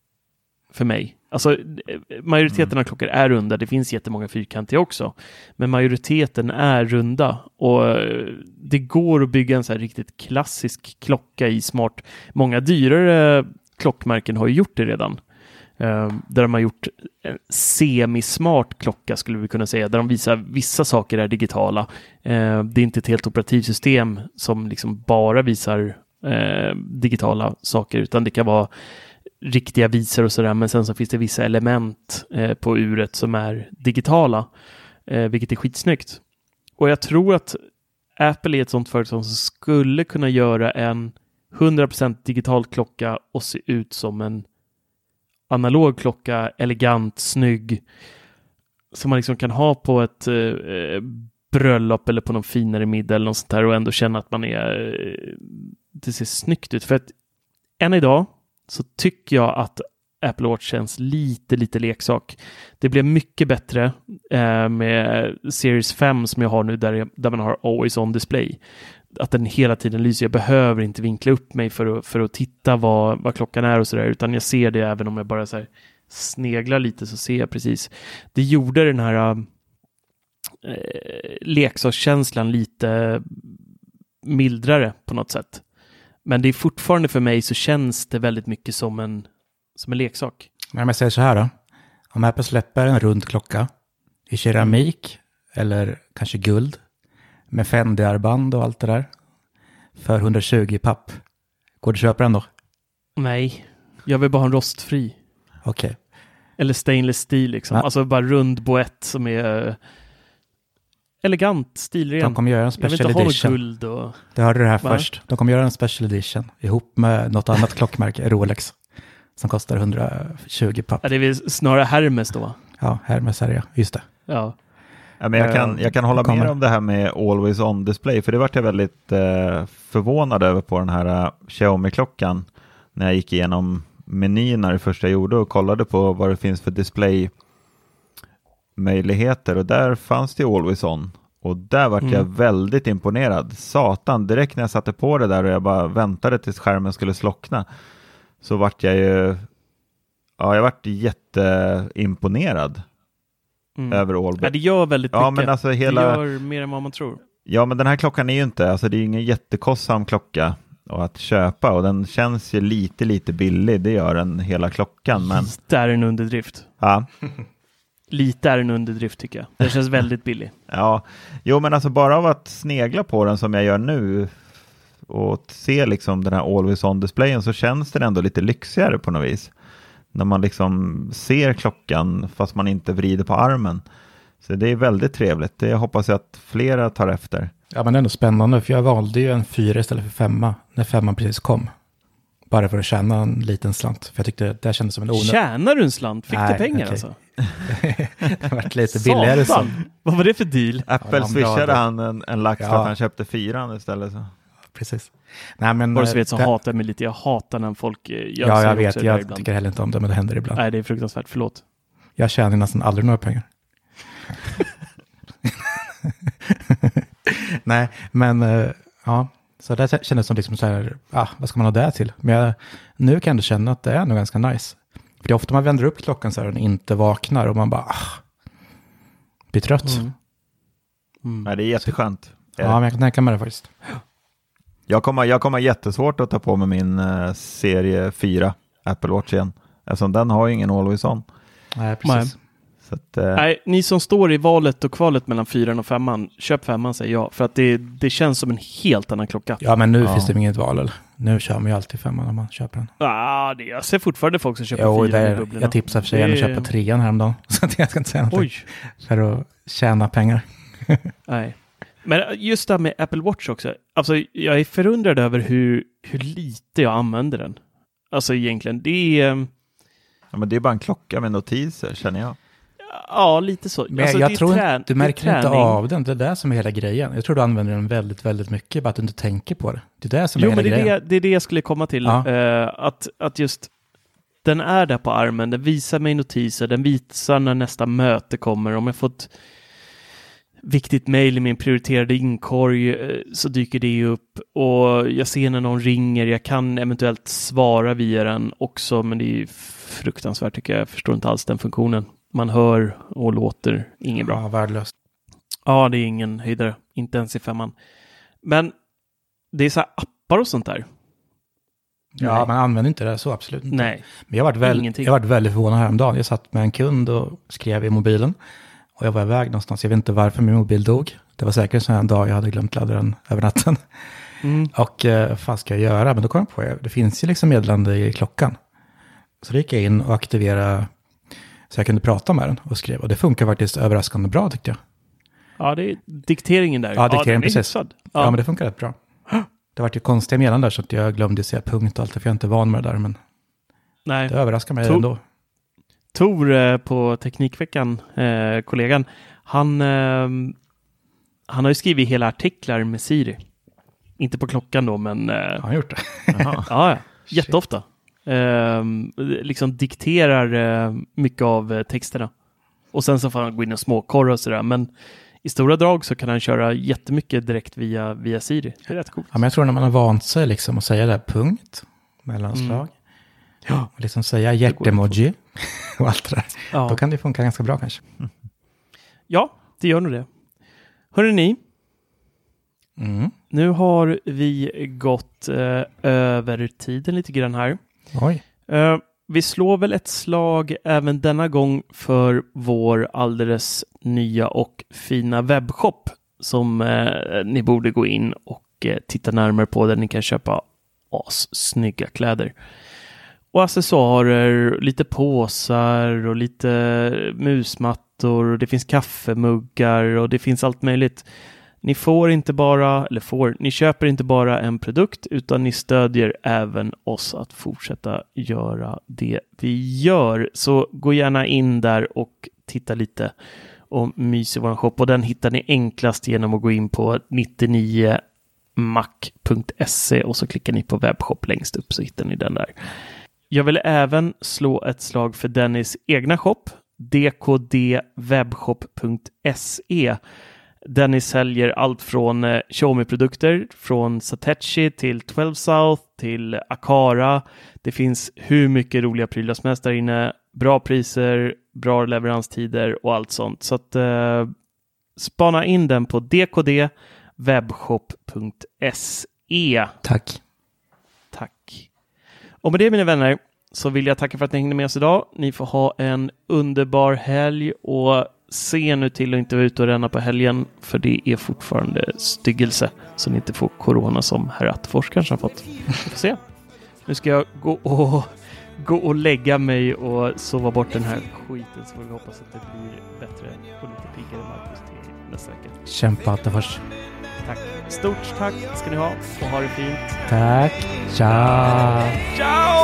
Speaker 5: för mig. Alltså majoriteten av klockor är runda, det finns jättemånga fyrkantiga också. Men majoriteten är runda och eh, det går att bygga en så här riktigt klassisk klocka i smart. Många dyrare klockmärken har ju gjort det redan. Uh, där de har gjort en semismart klocka skulle vi kunna säga, där de visar vissa saker är digitala. Uh, det är inte ett helt operativsystem som liksom bara visar uh, digitala saker, utan det kan vara riktiga visor och sådär, men sen så finns det vissa element eh, på uret som är digitala, eh, vilket är skitsnyggt. Och jag tror att Apple är ett sånt företag som skulle kunna göra en hundra procent digital klocka och se ut som en analog klocka, elegant, snygg, som man liksom kan ha på ett eh, bröllop eller på någon finare middag eller något sånt där och ändå känna att man är eh, det ser snyggt ut. För att än idag så tycker jag att Apple Watch känns lite, lite leksak. Det blev mycket bättre eh, med Series fem som jag har nu där, jag, där man har Always On Display. Att den hela tiden lyser. Jag behöver inte vinkla upp mig för att, för att titta vad, vad klockan är och sådär, utan jag ser det även om jag bara så här sneglar lite, så ser jag precis. Det gjorde den här äh, leksakskänslan lite mildrare på något sätt. Men det är fortfarande, för mig så känns det väldigt mycket som en, som en leksak.
Speaker 6: Men om jag säger så här då. Om Apple släpper en rund klocka i keramik eller kanske guld med Fendi-armband och allt det där för hundratjugo papp. Går du att köpa den då?
Speaker 5: Nej, jag vill bara ha en rostfri.
Speaker 6: Okej. Okay.
Speaker 5: Eller stainless steel liksom. Ja. Alltså bara rund boett som är uh, elegant, stilren.
Speaker 6: De kommer göra en special edition.
Speaker 5: Jag vill inte ha något guld och...
Speaker 6: Det hörde du här Va? först. De kommer göra en special edition ihop med något annat klockmärke, Rolex, som kostar hundratjugo papp.
Speaker 5: Ja, det är väl snarare Hermes då?
Speaker 6: Ja, Hermes är det, just det.
Speaker 5: Ja.
Speaker 7: Ja, men jag kan, jag kan hålla med om det här med Always On Display, för det vart jag väldigt eh, förvånad över på den här uh, Xiaomi-klockan när jag gick igenom menyerna det första jag gjorde och kollade på vad det finns för display-möjligheter, och där fanns det Always On, och där vart mm. jag väldigt imponerad. Satan, direkt när jag satte på det där och jag bara väntade tills skärmen skulle slockna, så vart jag ju ja, jag vart jätteimponerad. Mm. Över Allbird.
Speaker 5: Ja, det gör väldigt mycket.
Speaker 7: Ja, men alltså hela...
Speaker 5: Det gör mer än vad man tror.
Speaker 7: Ja, men den här klockan är ju inte, alltså det är ju ingen jättekostsam klocka att köpa, och den känns ju lite, lite billig. Det gör den hela klockan. Men...
Speaker 5: Lite är en underdrift.
Speaker 7: Ja.
Speaker 5: Lite är en underdrift tycker jag. Den känns väldigt billig.
Speaker 7: Ja, jo men alltså bara av att snegla på den som jag gör nu och se liksom den här Always On displayen, så känns den ändå lite lyxigare på något vis. När man liksom ser klockan fast man inte vrider på armen. Så det är väldigt trevligt. Det hoppas jag att flera tar efter.
Speaker 6: Ja, men det är ändå spännande, för jag valde ju en fyra istället för femma när femman precis kom. Bara för att tjäna en liten slant. För jag tyckte det kändes som en onödig...
Speaker 5: Tjänar du en slant? Fick
Speaker 6: Nej,
Speaker 5: du pengar
Speaker 6: okay.
Speaker 5: alltså?
Speaker 6: Det var lite billigare så.
Speaker 5: Vad var det för deal?
Speaker 7: Apple ja, swishade han en, en lax
Speaker 6: ja.
Speaker 7: för att han köpte fyran istället. Så.
Speaker 6: Precis. Nej, men...
Speaker 5: Bara så vet som det... hatar mig lite. Jag hatar när folk gör
Speaker 6: Ja, jag vet. Jag ibland. tycker heller inte om det, men det händer ibland.
Speaker 5: Nej, det är fruktansvärt. Förlåt.
Speaker 6: Jag tjänar nästan aldrig några pengar. Nej, men uh, ja, så det kändes som liksom så här, ah, vad ska man ha det till? Men jag, nu kan du känna att det är nog ganska nice. För det är ofta man vänder upp klockan så här och den inte vaknar och man bara ah, blir trött.
Speaker 5: Mm.
Speaker 7: Mm. Nej, det är jätteskönt.
Speaker 6: Ja, men jag kan tänka mig det faktiskt.
Speaker 7: Jag kommer, jag kommer jättesvårt att ta på med min uh, serie fyra Apple Watch igen. Eftersom den har ju ingen Always On.
Speaker 6: Nej, precis. Nej.
Speaker 7: Så att, uh...
Speaker 5: Nej, ni som står i valet och kvalet mellan fyran och femman, köp femman säger jag. För att det, det känns som en helt annan klocka.
Speaker 6: Ja, men nu ja. finns det inget val. Eller? Nu kör man ju alltid femman när man köper den.
Speaker 5: Ja, det, jag ser fortfarande folk som köper
Speaker 6: jo,
Speaker 5: fyran
Speaker 6: är,
Speaker 5: i bubblorna.
Speaker 6: Jag tipsar för sig det... att köpa trean häromdagen. Så att jag ska inte säga någonting. Oj. För att tjäna pengar.
Speaker 5: Nej. Men just det här med Apple Watch också. Alltså, jag är förundrad över hur, hur lite jag använder den. Alltså egentligen, det är...
Speaker 7: Ja, men det är bara en klocka med notiser, känner jag.
Speaker 5: Ja, lite så.
Speaker 6: Men
Speaker 5: alltså,
Speaker 6: jag tror
Speaker 5: trä-
Speaker 6: inte, du märker inte av den. Det är det som är hela grejen. Jag tror du använder den väldigt, väldigt mycket, bara att du inte tänker på det. Det är det som
Speaker 5: jo,
Speaker 6: är hela
Speaker 5: men det är
Speaker 6: grejen.
Speaker 5: Det, det är det jag skulle komma till. Ja. Uh, att, att just den är där på armen, den visar mig notiser, den visar när nästa möte kommer. Om jag fått viktigt mejl i min prioriterade inkorg så dyker det upp, och jag ser när någon ringer, jag kan eventuellt svara via den också, men det är fruktansvärt tycker jag. Jag förstår inte alls den funktionen. Man hör och låter inget bra.
Speaker 6: Ja, värdelöst.
Speaker 5: Ja, det är ingen höjdare. Inte ens i femman. Men det är så här appar och sånt där.
Speaker 6: Ja, Nej. man använder inte det så, absolut inte.
Speaker 5: Nej.
Speaker 6: Men jag har varit, väl, jag varit väldigt förvånad häromdagen. Jag satt med en kund och skrev i mobilen. Och jag var iväg någonstans. Jag vet inte varför min mobil dog. Det var säkert en sån här dag jag hade glömt ladda den över natten. Mm. Och eh, vad fan ska jag göra? Men då kom jag på, det finns ju liksom meddelande i klockan. Så det gick jag in och aktiverade så jag kunde prata med den och skrev. Och det funkar faktiskt överraskande bra tyckte jag.
Speaker 5: Ja, det är dikteringen där.
Speaker 6: Ja, dikteringen, ja, precis. Ja.
Speaker 5: ja,
Speaker 6: men det funkar rätt bra. Det var ju konstiga meddelanden där så att jag glömde säga punkt och allt, för jag är inte van med det där, men nej. Det överraskar mig Tor, ändå.
Speaker 5: Tor eh, på Teknikveckan, eh, kollegan, han, eh, han har ju skrivit hela artiklar med Siri. Inte på klockan då, men... Eh,
Speaker 6: har han gjort det?
Speaker 5: ja, ja, jätteofta. Eh, liksom dikterar eh, mycket av eh, texterna. Och sen så får han gå in och småkorra och sådär, men i stora drag så kan han köra jättemycket direkt via, via Siri. Det är rätt coolt.
Speaker 6: Ja, men jag tror när man har vant sig liksom att säga det här punkt, mellanslag. Mm. Ja. Och liksom säga hjärtemoji och allt det där. Ja. Då kan det funka ganska bra kanske. Mm.
Speaker 5: Ja, det gör nog det. Hörrni ni, mm. nu har vi gått eh, över tiden lite grann här.
Speaker 6: Oj.
Speaker 5: Eh, vi slår väl ett slag även denna gång för vår alldeles nya och fina webbshop som eh, ni borde gå in och eh, titta närmare på, där ni kan köpa assnygga kläder. Och accessoarer, lite påsar och lite musmattor och det finns kaffemuggar och det finns allt möjligt. Ni får inte bara, eller får, ni köper inte bara en produkt utan ni stödjer även oss att fortsätta göra det vi gör. Så gå gärna in där och titta lite och mys i vår shop. Och den hittar ni enklast genom att gå in på nittionio mac punkt se och så klickar ni på webbshop längst upp så hittar ni den där. Jag vill även slå ett slag för Dennis egna shop, d k d webbshop punkt se. Dennis säljer allt från eh, Xiaomi-produkter, från Satechi till tolv South till Akara. Det finns hur mycket roliga prylar som helst där inne. Bra priser, bra leveranstider och allt sånt. Så att eh, spana in den på d k d webbshop punkt se.
Speaker 6: Tack.
Speaker 5: Tack. Och med det, mina vänner, så vill jag tacka för att ni hängde med oss idag. Ni får ha en underbar helg och se nu till att inte vara ute och ränna på helgen, för det är fortfarande styggelse så ni inte får corona som herr Attefors kanske har fått. Vi får se. Nu ska jag gå och, gå och lägga mig och sova bort den här skiten, så får vi hoppas att det blir bättre och lite piggare Marcus till nästa vecka.
Speaker 6: Kämpa Attefors.
Speaker 5: Tack. Stort tack ska ni ha och ha det fint.
Speaker 6: Tack. Ciao.
Speaker 5: Ciao.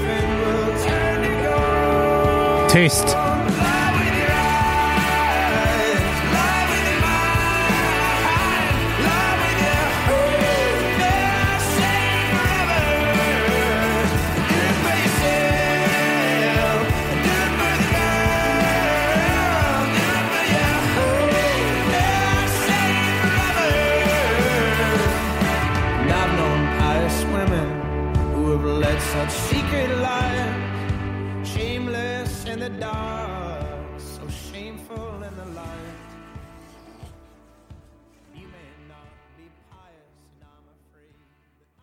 Speaker 6: Tyst.
Speaker 9: Such secret life, shameless in the dark, so shameful in the light. You may not be pious, and I'm afraid that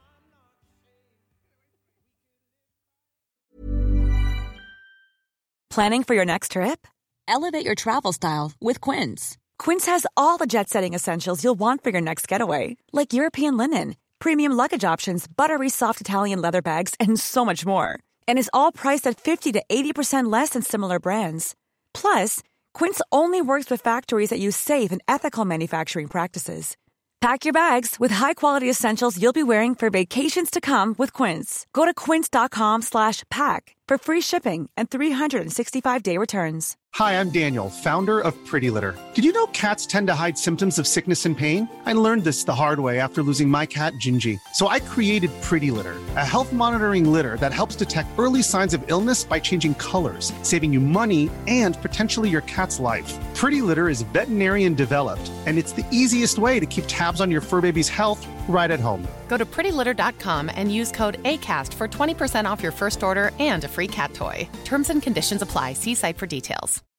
Speaker 9: I'm not.
Speaker 10: Planning for your next trip? Elevate your travel style with Quince. Quince has all the jet-setting essentials you'll want for your next getaway, like European linen, premium luggage options, buttery soft Italian leather bags, and so much more. And is all priced at fifty to eighty percent less than similar brands. Plus, Quince only works with factories that use safe and ethical manufacturing practices. Pack your bags with high-quality essentials you'll be wearing for vacations to come with Quince. Go to quince.com slash pack for free shipping and three sixty-five day returns.
Speaker 3: Hi, I'm Daniel, founder of Pretty Litter. Did you know cats tend to hide symptoms of sickness and pain? I learned this the hard way after losing my cat, Gingy. So I created Pretty Litter, a health monitoring litter that helps detect early signs of illness by changing colors, saving you money and potentially your cat's life. Pretty Litter is veterinarian developed, and it's the easiest way to keep tabs on your fur baby's health right at home.
Speaker 4: Go to pretty litter dot com and use code ACAST for twenty percent off your first order and a free cat toy. Terms and conditions apply. See site for details.